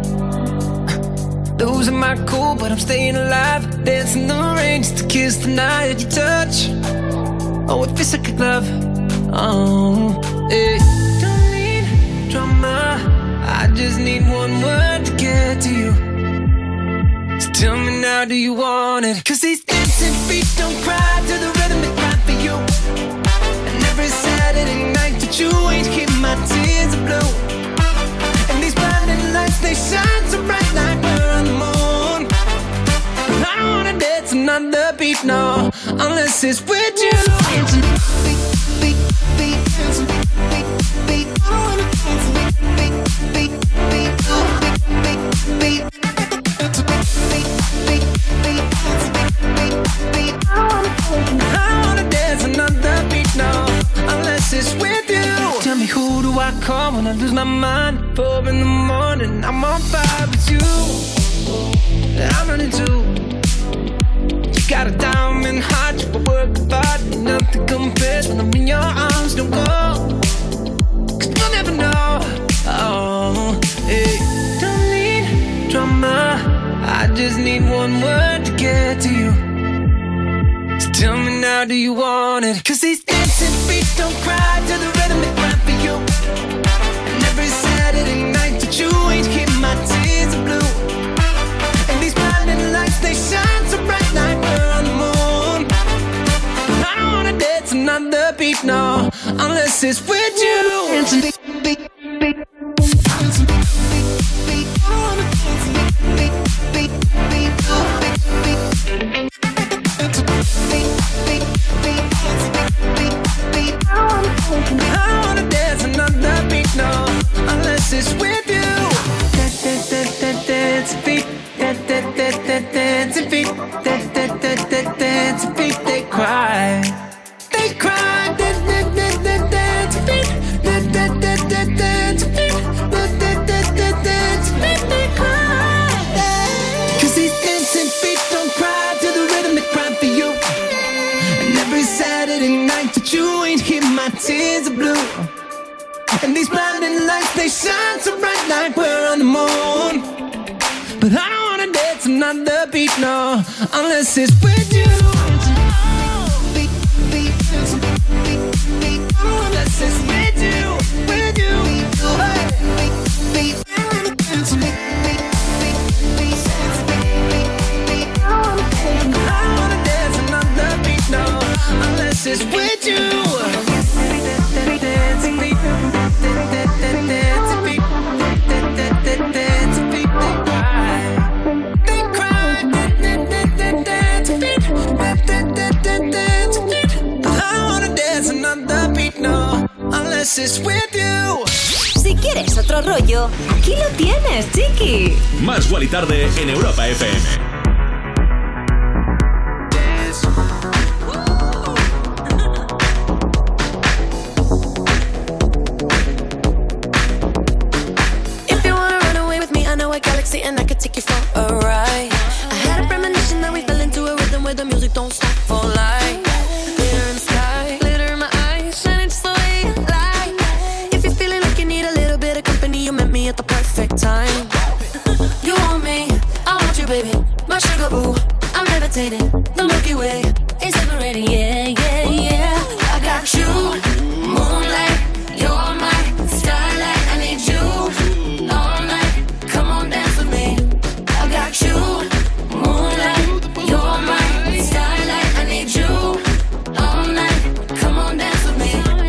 S5: Losing my cool, but I'm staying alive. Dancing the rain just to kiss the night that you touch. Oh, it feels like a glove. Oh, yeah. Don't need drama, I just need one word to get to you. So tell me now, do you want it? 'Cause these dancing feet don't cry to the rhythm they cry for you. And every Saturday night that you ain't hear my tears are blue. And these blinding lights, they shine so bright like we're on the moon. I don't wanna dance another beat, no, unless it's with you. Dancing beat, beat, beat, dancing beat, beat, I wanna dance beat, beat, beat, beat, beat, beat, beat. I wanna dance another beat, no, unless it's with you. Tell me, who do I call when I lose my mind? 4 in the morning, I'm on fire with you. I'm running too. You got a diamond heart, you work hard, nothing compares when I'm in your arms. Don't go, 'cause you'll never know. Oh, hey. Don't need drama, I just need one word to get to you. So tell me now, do you want it? 'Cause these dancing feet don't cry to the rhythm they cry for you. And every Saturday night that you ain't hear my tears are blue. And these blinding lights, they shine so bright like we're on the moon. But I don't wanna dance another beat, no, unless it's with you. Dancing beat, beat, beat. Dancing beat, beat, beat. I wanna dance beat, beat, beat, beat, beat, beat. I wanna dance another beat, no, unless it's with you. Dance beat, dance beat, dance beat. They cry, they cry. Dance beat, dance beat, dance beat. They cry. 'Cause these dancing feet don't cry to the rhythm they cry for you. And every Saturday night that you ain't hear my tears are blue. And these blinding lights, they shine so bright like we're on the moon. But I don't wanna dance another beat, no, unless it's with you. Beat, beat, beat, beat, unless it's with you, with you. Hey. Beat, beat, beat, I wanna dance another beat, no, unless it's with you. Dance beat, dance beat, dance beat. They cry, dance beat, dance beat. I wanna dance another beat, no, unless it's with you.
S3: Si quieres otro rollo, aquí lo tienes, chiqui.
S2: Más Wally Tarde en Europa FM.
S1: And I could take you for a ride. I had a premonition that we fell into a rhythm where the music don't stop for life. Glitter in the sky, glitter in my eyes, shining just the way you like. If you're feeling like you need a little bit of company, you met me at the perfect time. You want me, I want you, baby. My sugar, ooh, I'm levitating. The Milky Way is separating, yeah, yeah, yeah. I got you, moonlight, you're my starlight. I need you all night. Come on, dance with me. I got you, moonlight, you're my starlight. I need you all night. Come on, dance with me.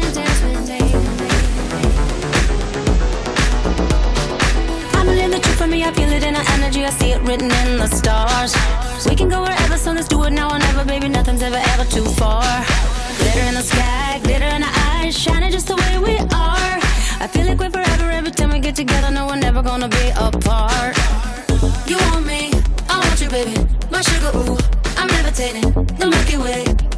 S1: I'm living the truth for me. I feel it in the energy. I see it written in the stars. We can go wherever, so let's do it now or never, baby. Nothing's ever, ever too far. Glitter in the sky, glitter in the eyes, shining just the way we are. I feel like we're forever every time we get together. No, we're never gonna be apart. You want me, I want you, baby. My sugar, ooh, I'm levitating. The Milky Way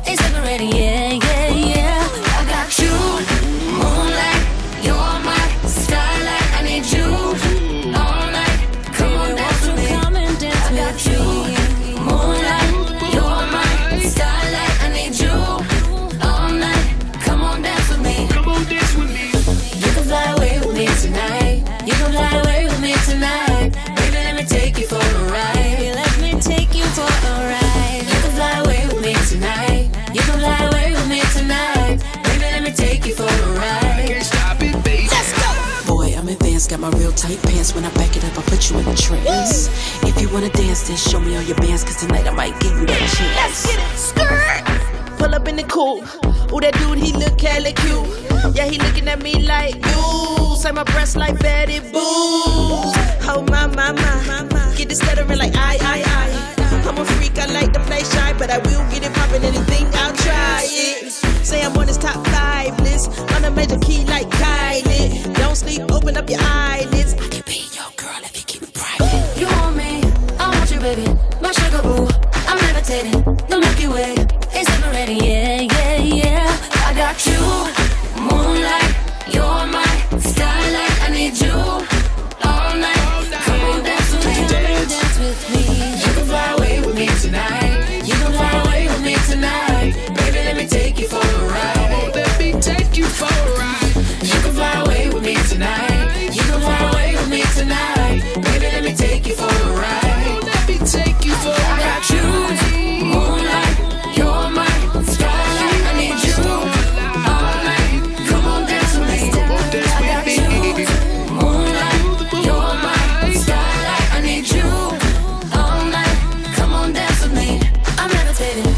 S1: It's never ready, yeah, yeah, yeah. I got you, moonlight, you're my starlight. I need you all night. Come on, dance with me. Come and dance I got you, moonlight, you're my starlight. I need you all night. Come on, dance with me. Come on, dance with me. You can fly away with me tonight. You can fly away with me tonight. Baby, let me take you for a ride. Let me take you for a ride. You can fly away with me tonight. You can fly away with me tonight. Baby, let me take you for a ride. Can't stop it, baby. Let's go.
S10: Boy, I'm advanced, got my real tight pants. When I back it up, I put you in a trance. If you wanna dance, then show me all your bands, cause tonight I might give you that chance.
S11: Let's get it. Skirt. Pull up in the coupe. Ooh, that dude, he look hella cute. Yeah, he looking at me like you. Say my breasts like Betty Boo. Oh my, my, my. Get this stuttering like I. I'm a freak, I like to play shy, but I will get it poppin', anything, I'll try it. Say I'm on his top 5 list, on a major key like Kylie. Don't sleep, open up your eyelids. I can be your girl if you keep it private.
S1: You want me, I want you, baby. My sugar boo, I'm levitating. The Milky Way, it's never ready, yeah, yeah, yeah. I got you, moonlight, you're my starlight. I need you all night. Come on, dance with me, dance with me. You can fly away with me tonight. You can fly away with me tonight. Baby, let me take you for a ride.
S11: Let me take you for a ride.
S1: You can fly away with me tonight. You can fly away with me tonight. Baby, let me take you for a ride.
S11: Let me take you for a ride.
S1: I got you, moonlight, you're my starlight. I need you all night. Come on, dance with me. I got you, moonlight, you're my starlight. I need you all night. Come on, dance with me. I'm levitating.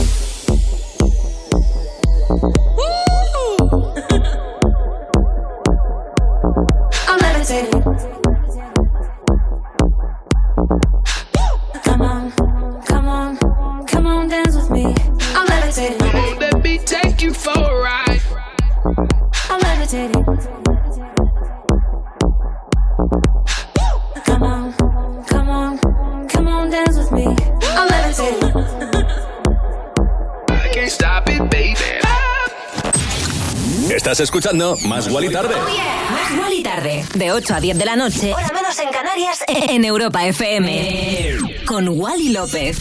S1: I'm levitating. Come on, come on, come on, dance with me. I'm levitating.
S11: Let me take you for a ride.
S1: I'm levitating. Come on, come on, come on, dance with me. I'm levitating.
S11: I can't stop it, baby.
S2: Estás escuchando Más Guali Tarde.
S3: Más Guali Tarde. De 8 a 10 de la noche. Hora menos en Canarias. En Europa FM. Con Wally López.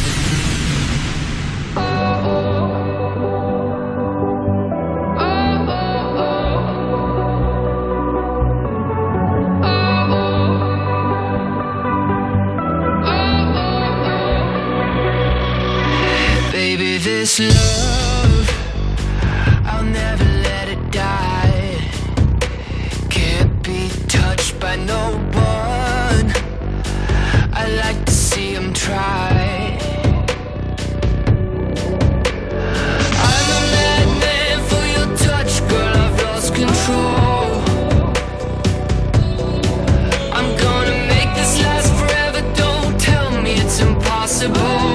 S8: Baby, this love, I'll never let it die. Can't be touched by no one. I like to see them try. I'm a madman for your touch, girl, I've lost control. I'm gonna make this last forever, don't tell me it's impossible.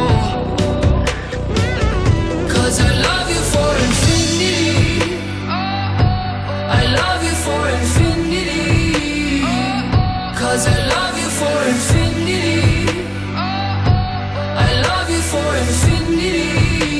S8: I love you for infinity. I love you for infinity. 'Cause I love you for infinity. I love you for infinity.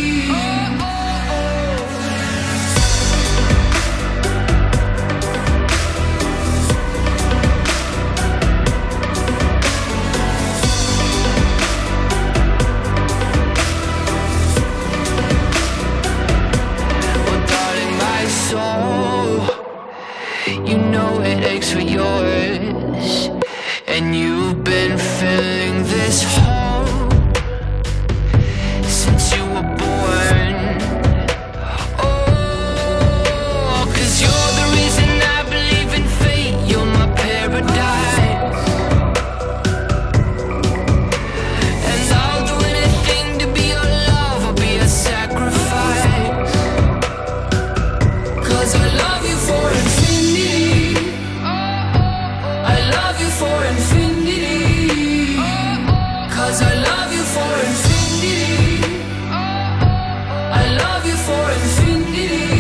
S8: You know it aches for yours, and you've been filling this hole since you were born. Oh, 'cause you're the reason I believe in fate. You're my paradise, and I'll do anything to be your love or be a sacrifice. 'Cause I love you for infinity. I love you for infinity. 'Cause I love you for infinity. I love you for infinity.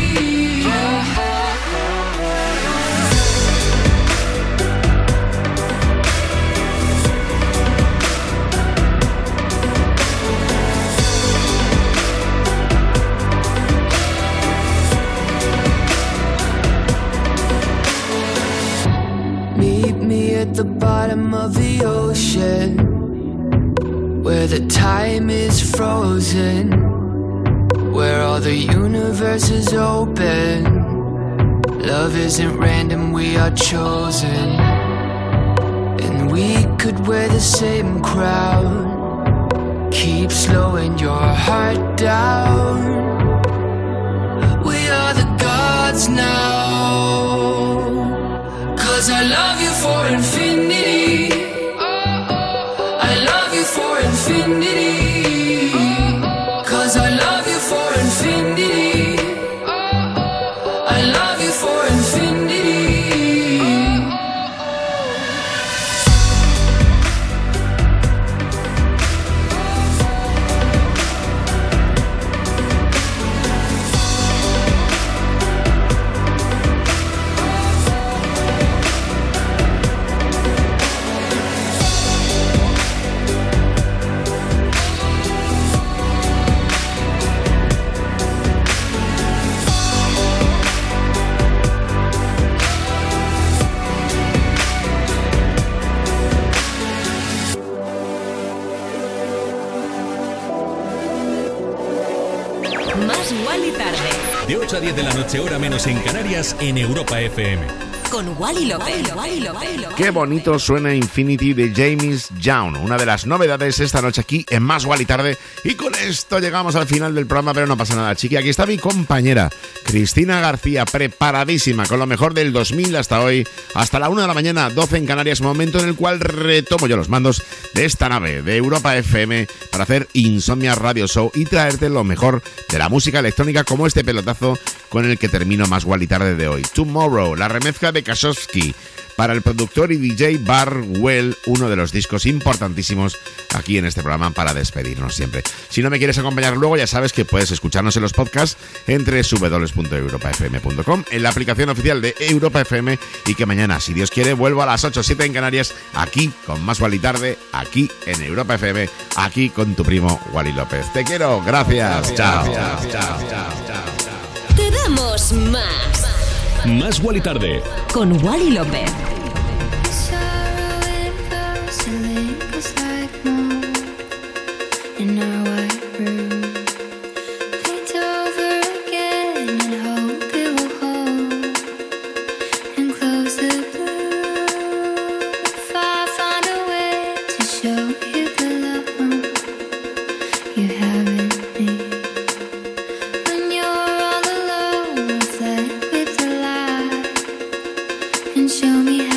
S8: at the bottom of the ocean, where the time is frozen, where all the universe is open. Love isn't random, we are chosen. And we could wear the same crown. Keep slowing your heart down. We are the gods now. 'Cause I love you for infinity. I love you for infinity. 'Cause I love you for infinity. I love you for infinity.
S3: Más Wally tarde.
S2: De 8 a 10 de la noche, hora menos en Canarias, en Europa FM.
S3: Con Wally López.
S4: Qué bonito suena Infinity de James Young, una de las novedades esta noche aquí en Más Wally tarde. Y con esto llegamos al final del programa, pero no pasa nada, chiqui. Aquí está mi compañera Cristina García, preparadísima con lo mejor del 2000 hasta hoy, hasta la 1 de la mañana, 12 en Canarias, momento en el cual retomo yo los mandos de esta nave de Europa FM para hacer Insomnia Radio Show y traerte lo mejor de la música electrónica, como este pelotazo con el que termino Más Wally tarde de hoy. Tomorrow, la remezcla de Kasowski para el productor y DJ Barwell, uno de los discos importantísimos aquí en este programa para despedirnos siempre. Si no me quieres acompañar luego, ya sabes que puedes escucharnos en los podcasts entre www.europafm.com, en la aplicación oficial de Europa FM, y que mañana, si Dios quiere, vuelvo a las 8 o 7 en Canarias, aquí con Más Wally tarde, aquí en Europa FM, aquí con tu primo Wally López. Te quiero, gracias. Chao.
S3: Te damos más.
S2: Más Wally tarde.
S3: Con Wally López.
S1: Show me how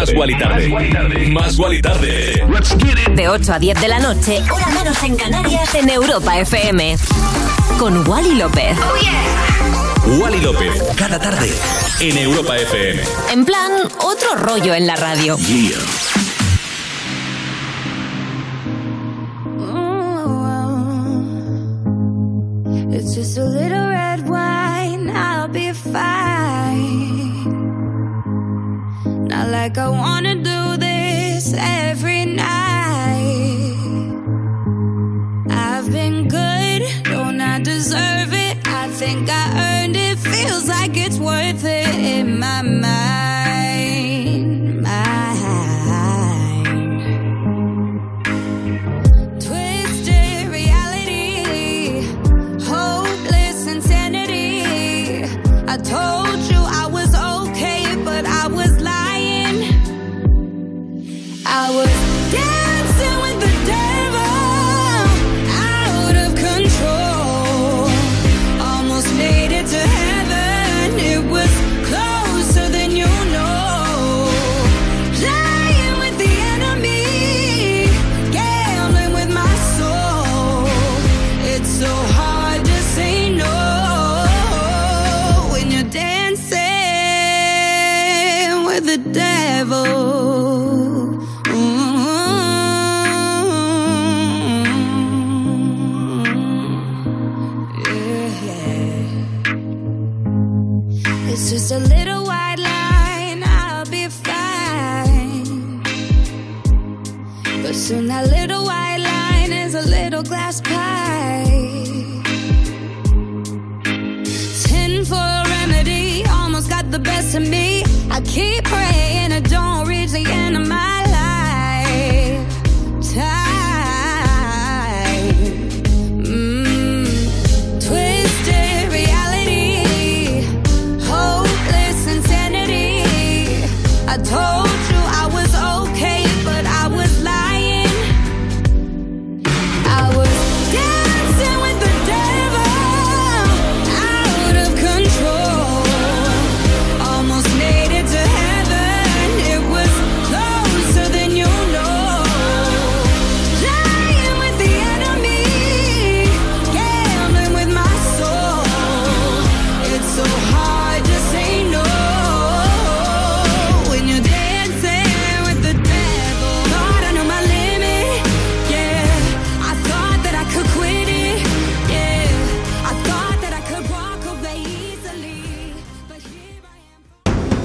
S2: Más Wally Tarde. Más Wally Tarde.
S3: De 8 a 10 de la noche, hora menos en Canarias, en Europa FM. Con Wally López.
S2: Oh, yeah. Wally López, cada tarde, en Europa FM.
S3: En plan, otro rollo en la radio.
S2: Yeah.
S1: It's just a little red wine, I'll be fine. Not like I wanna do this every night. I've been good, don't I deserve it? I think I earned it, feels like it's worth it in my mind, Twisted reality, hopeless insanity. I told you I was okay, but I was lying. I was dancing with the devil, out of control. Almost made it to heaven, it was closer than you know. Lying with the enemy, gambling with my soul. It's so hard to say no when you're dancing with the devil. It's just a little white line, I'll be fine. But soon that little white line is a little glass pie. 10 for a remedy, almost got the best of me. I keep praying it don't reach the end of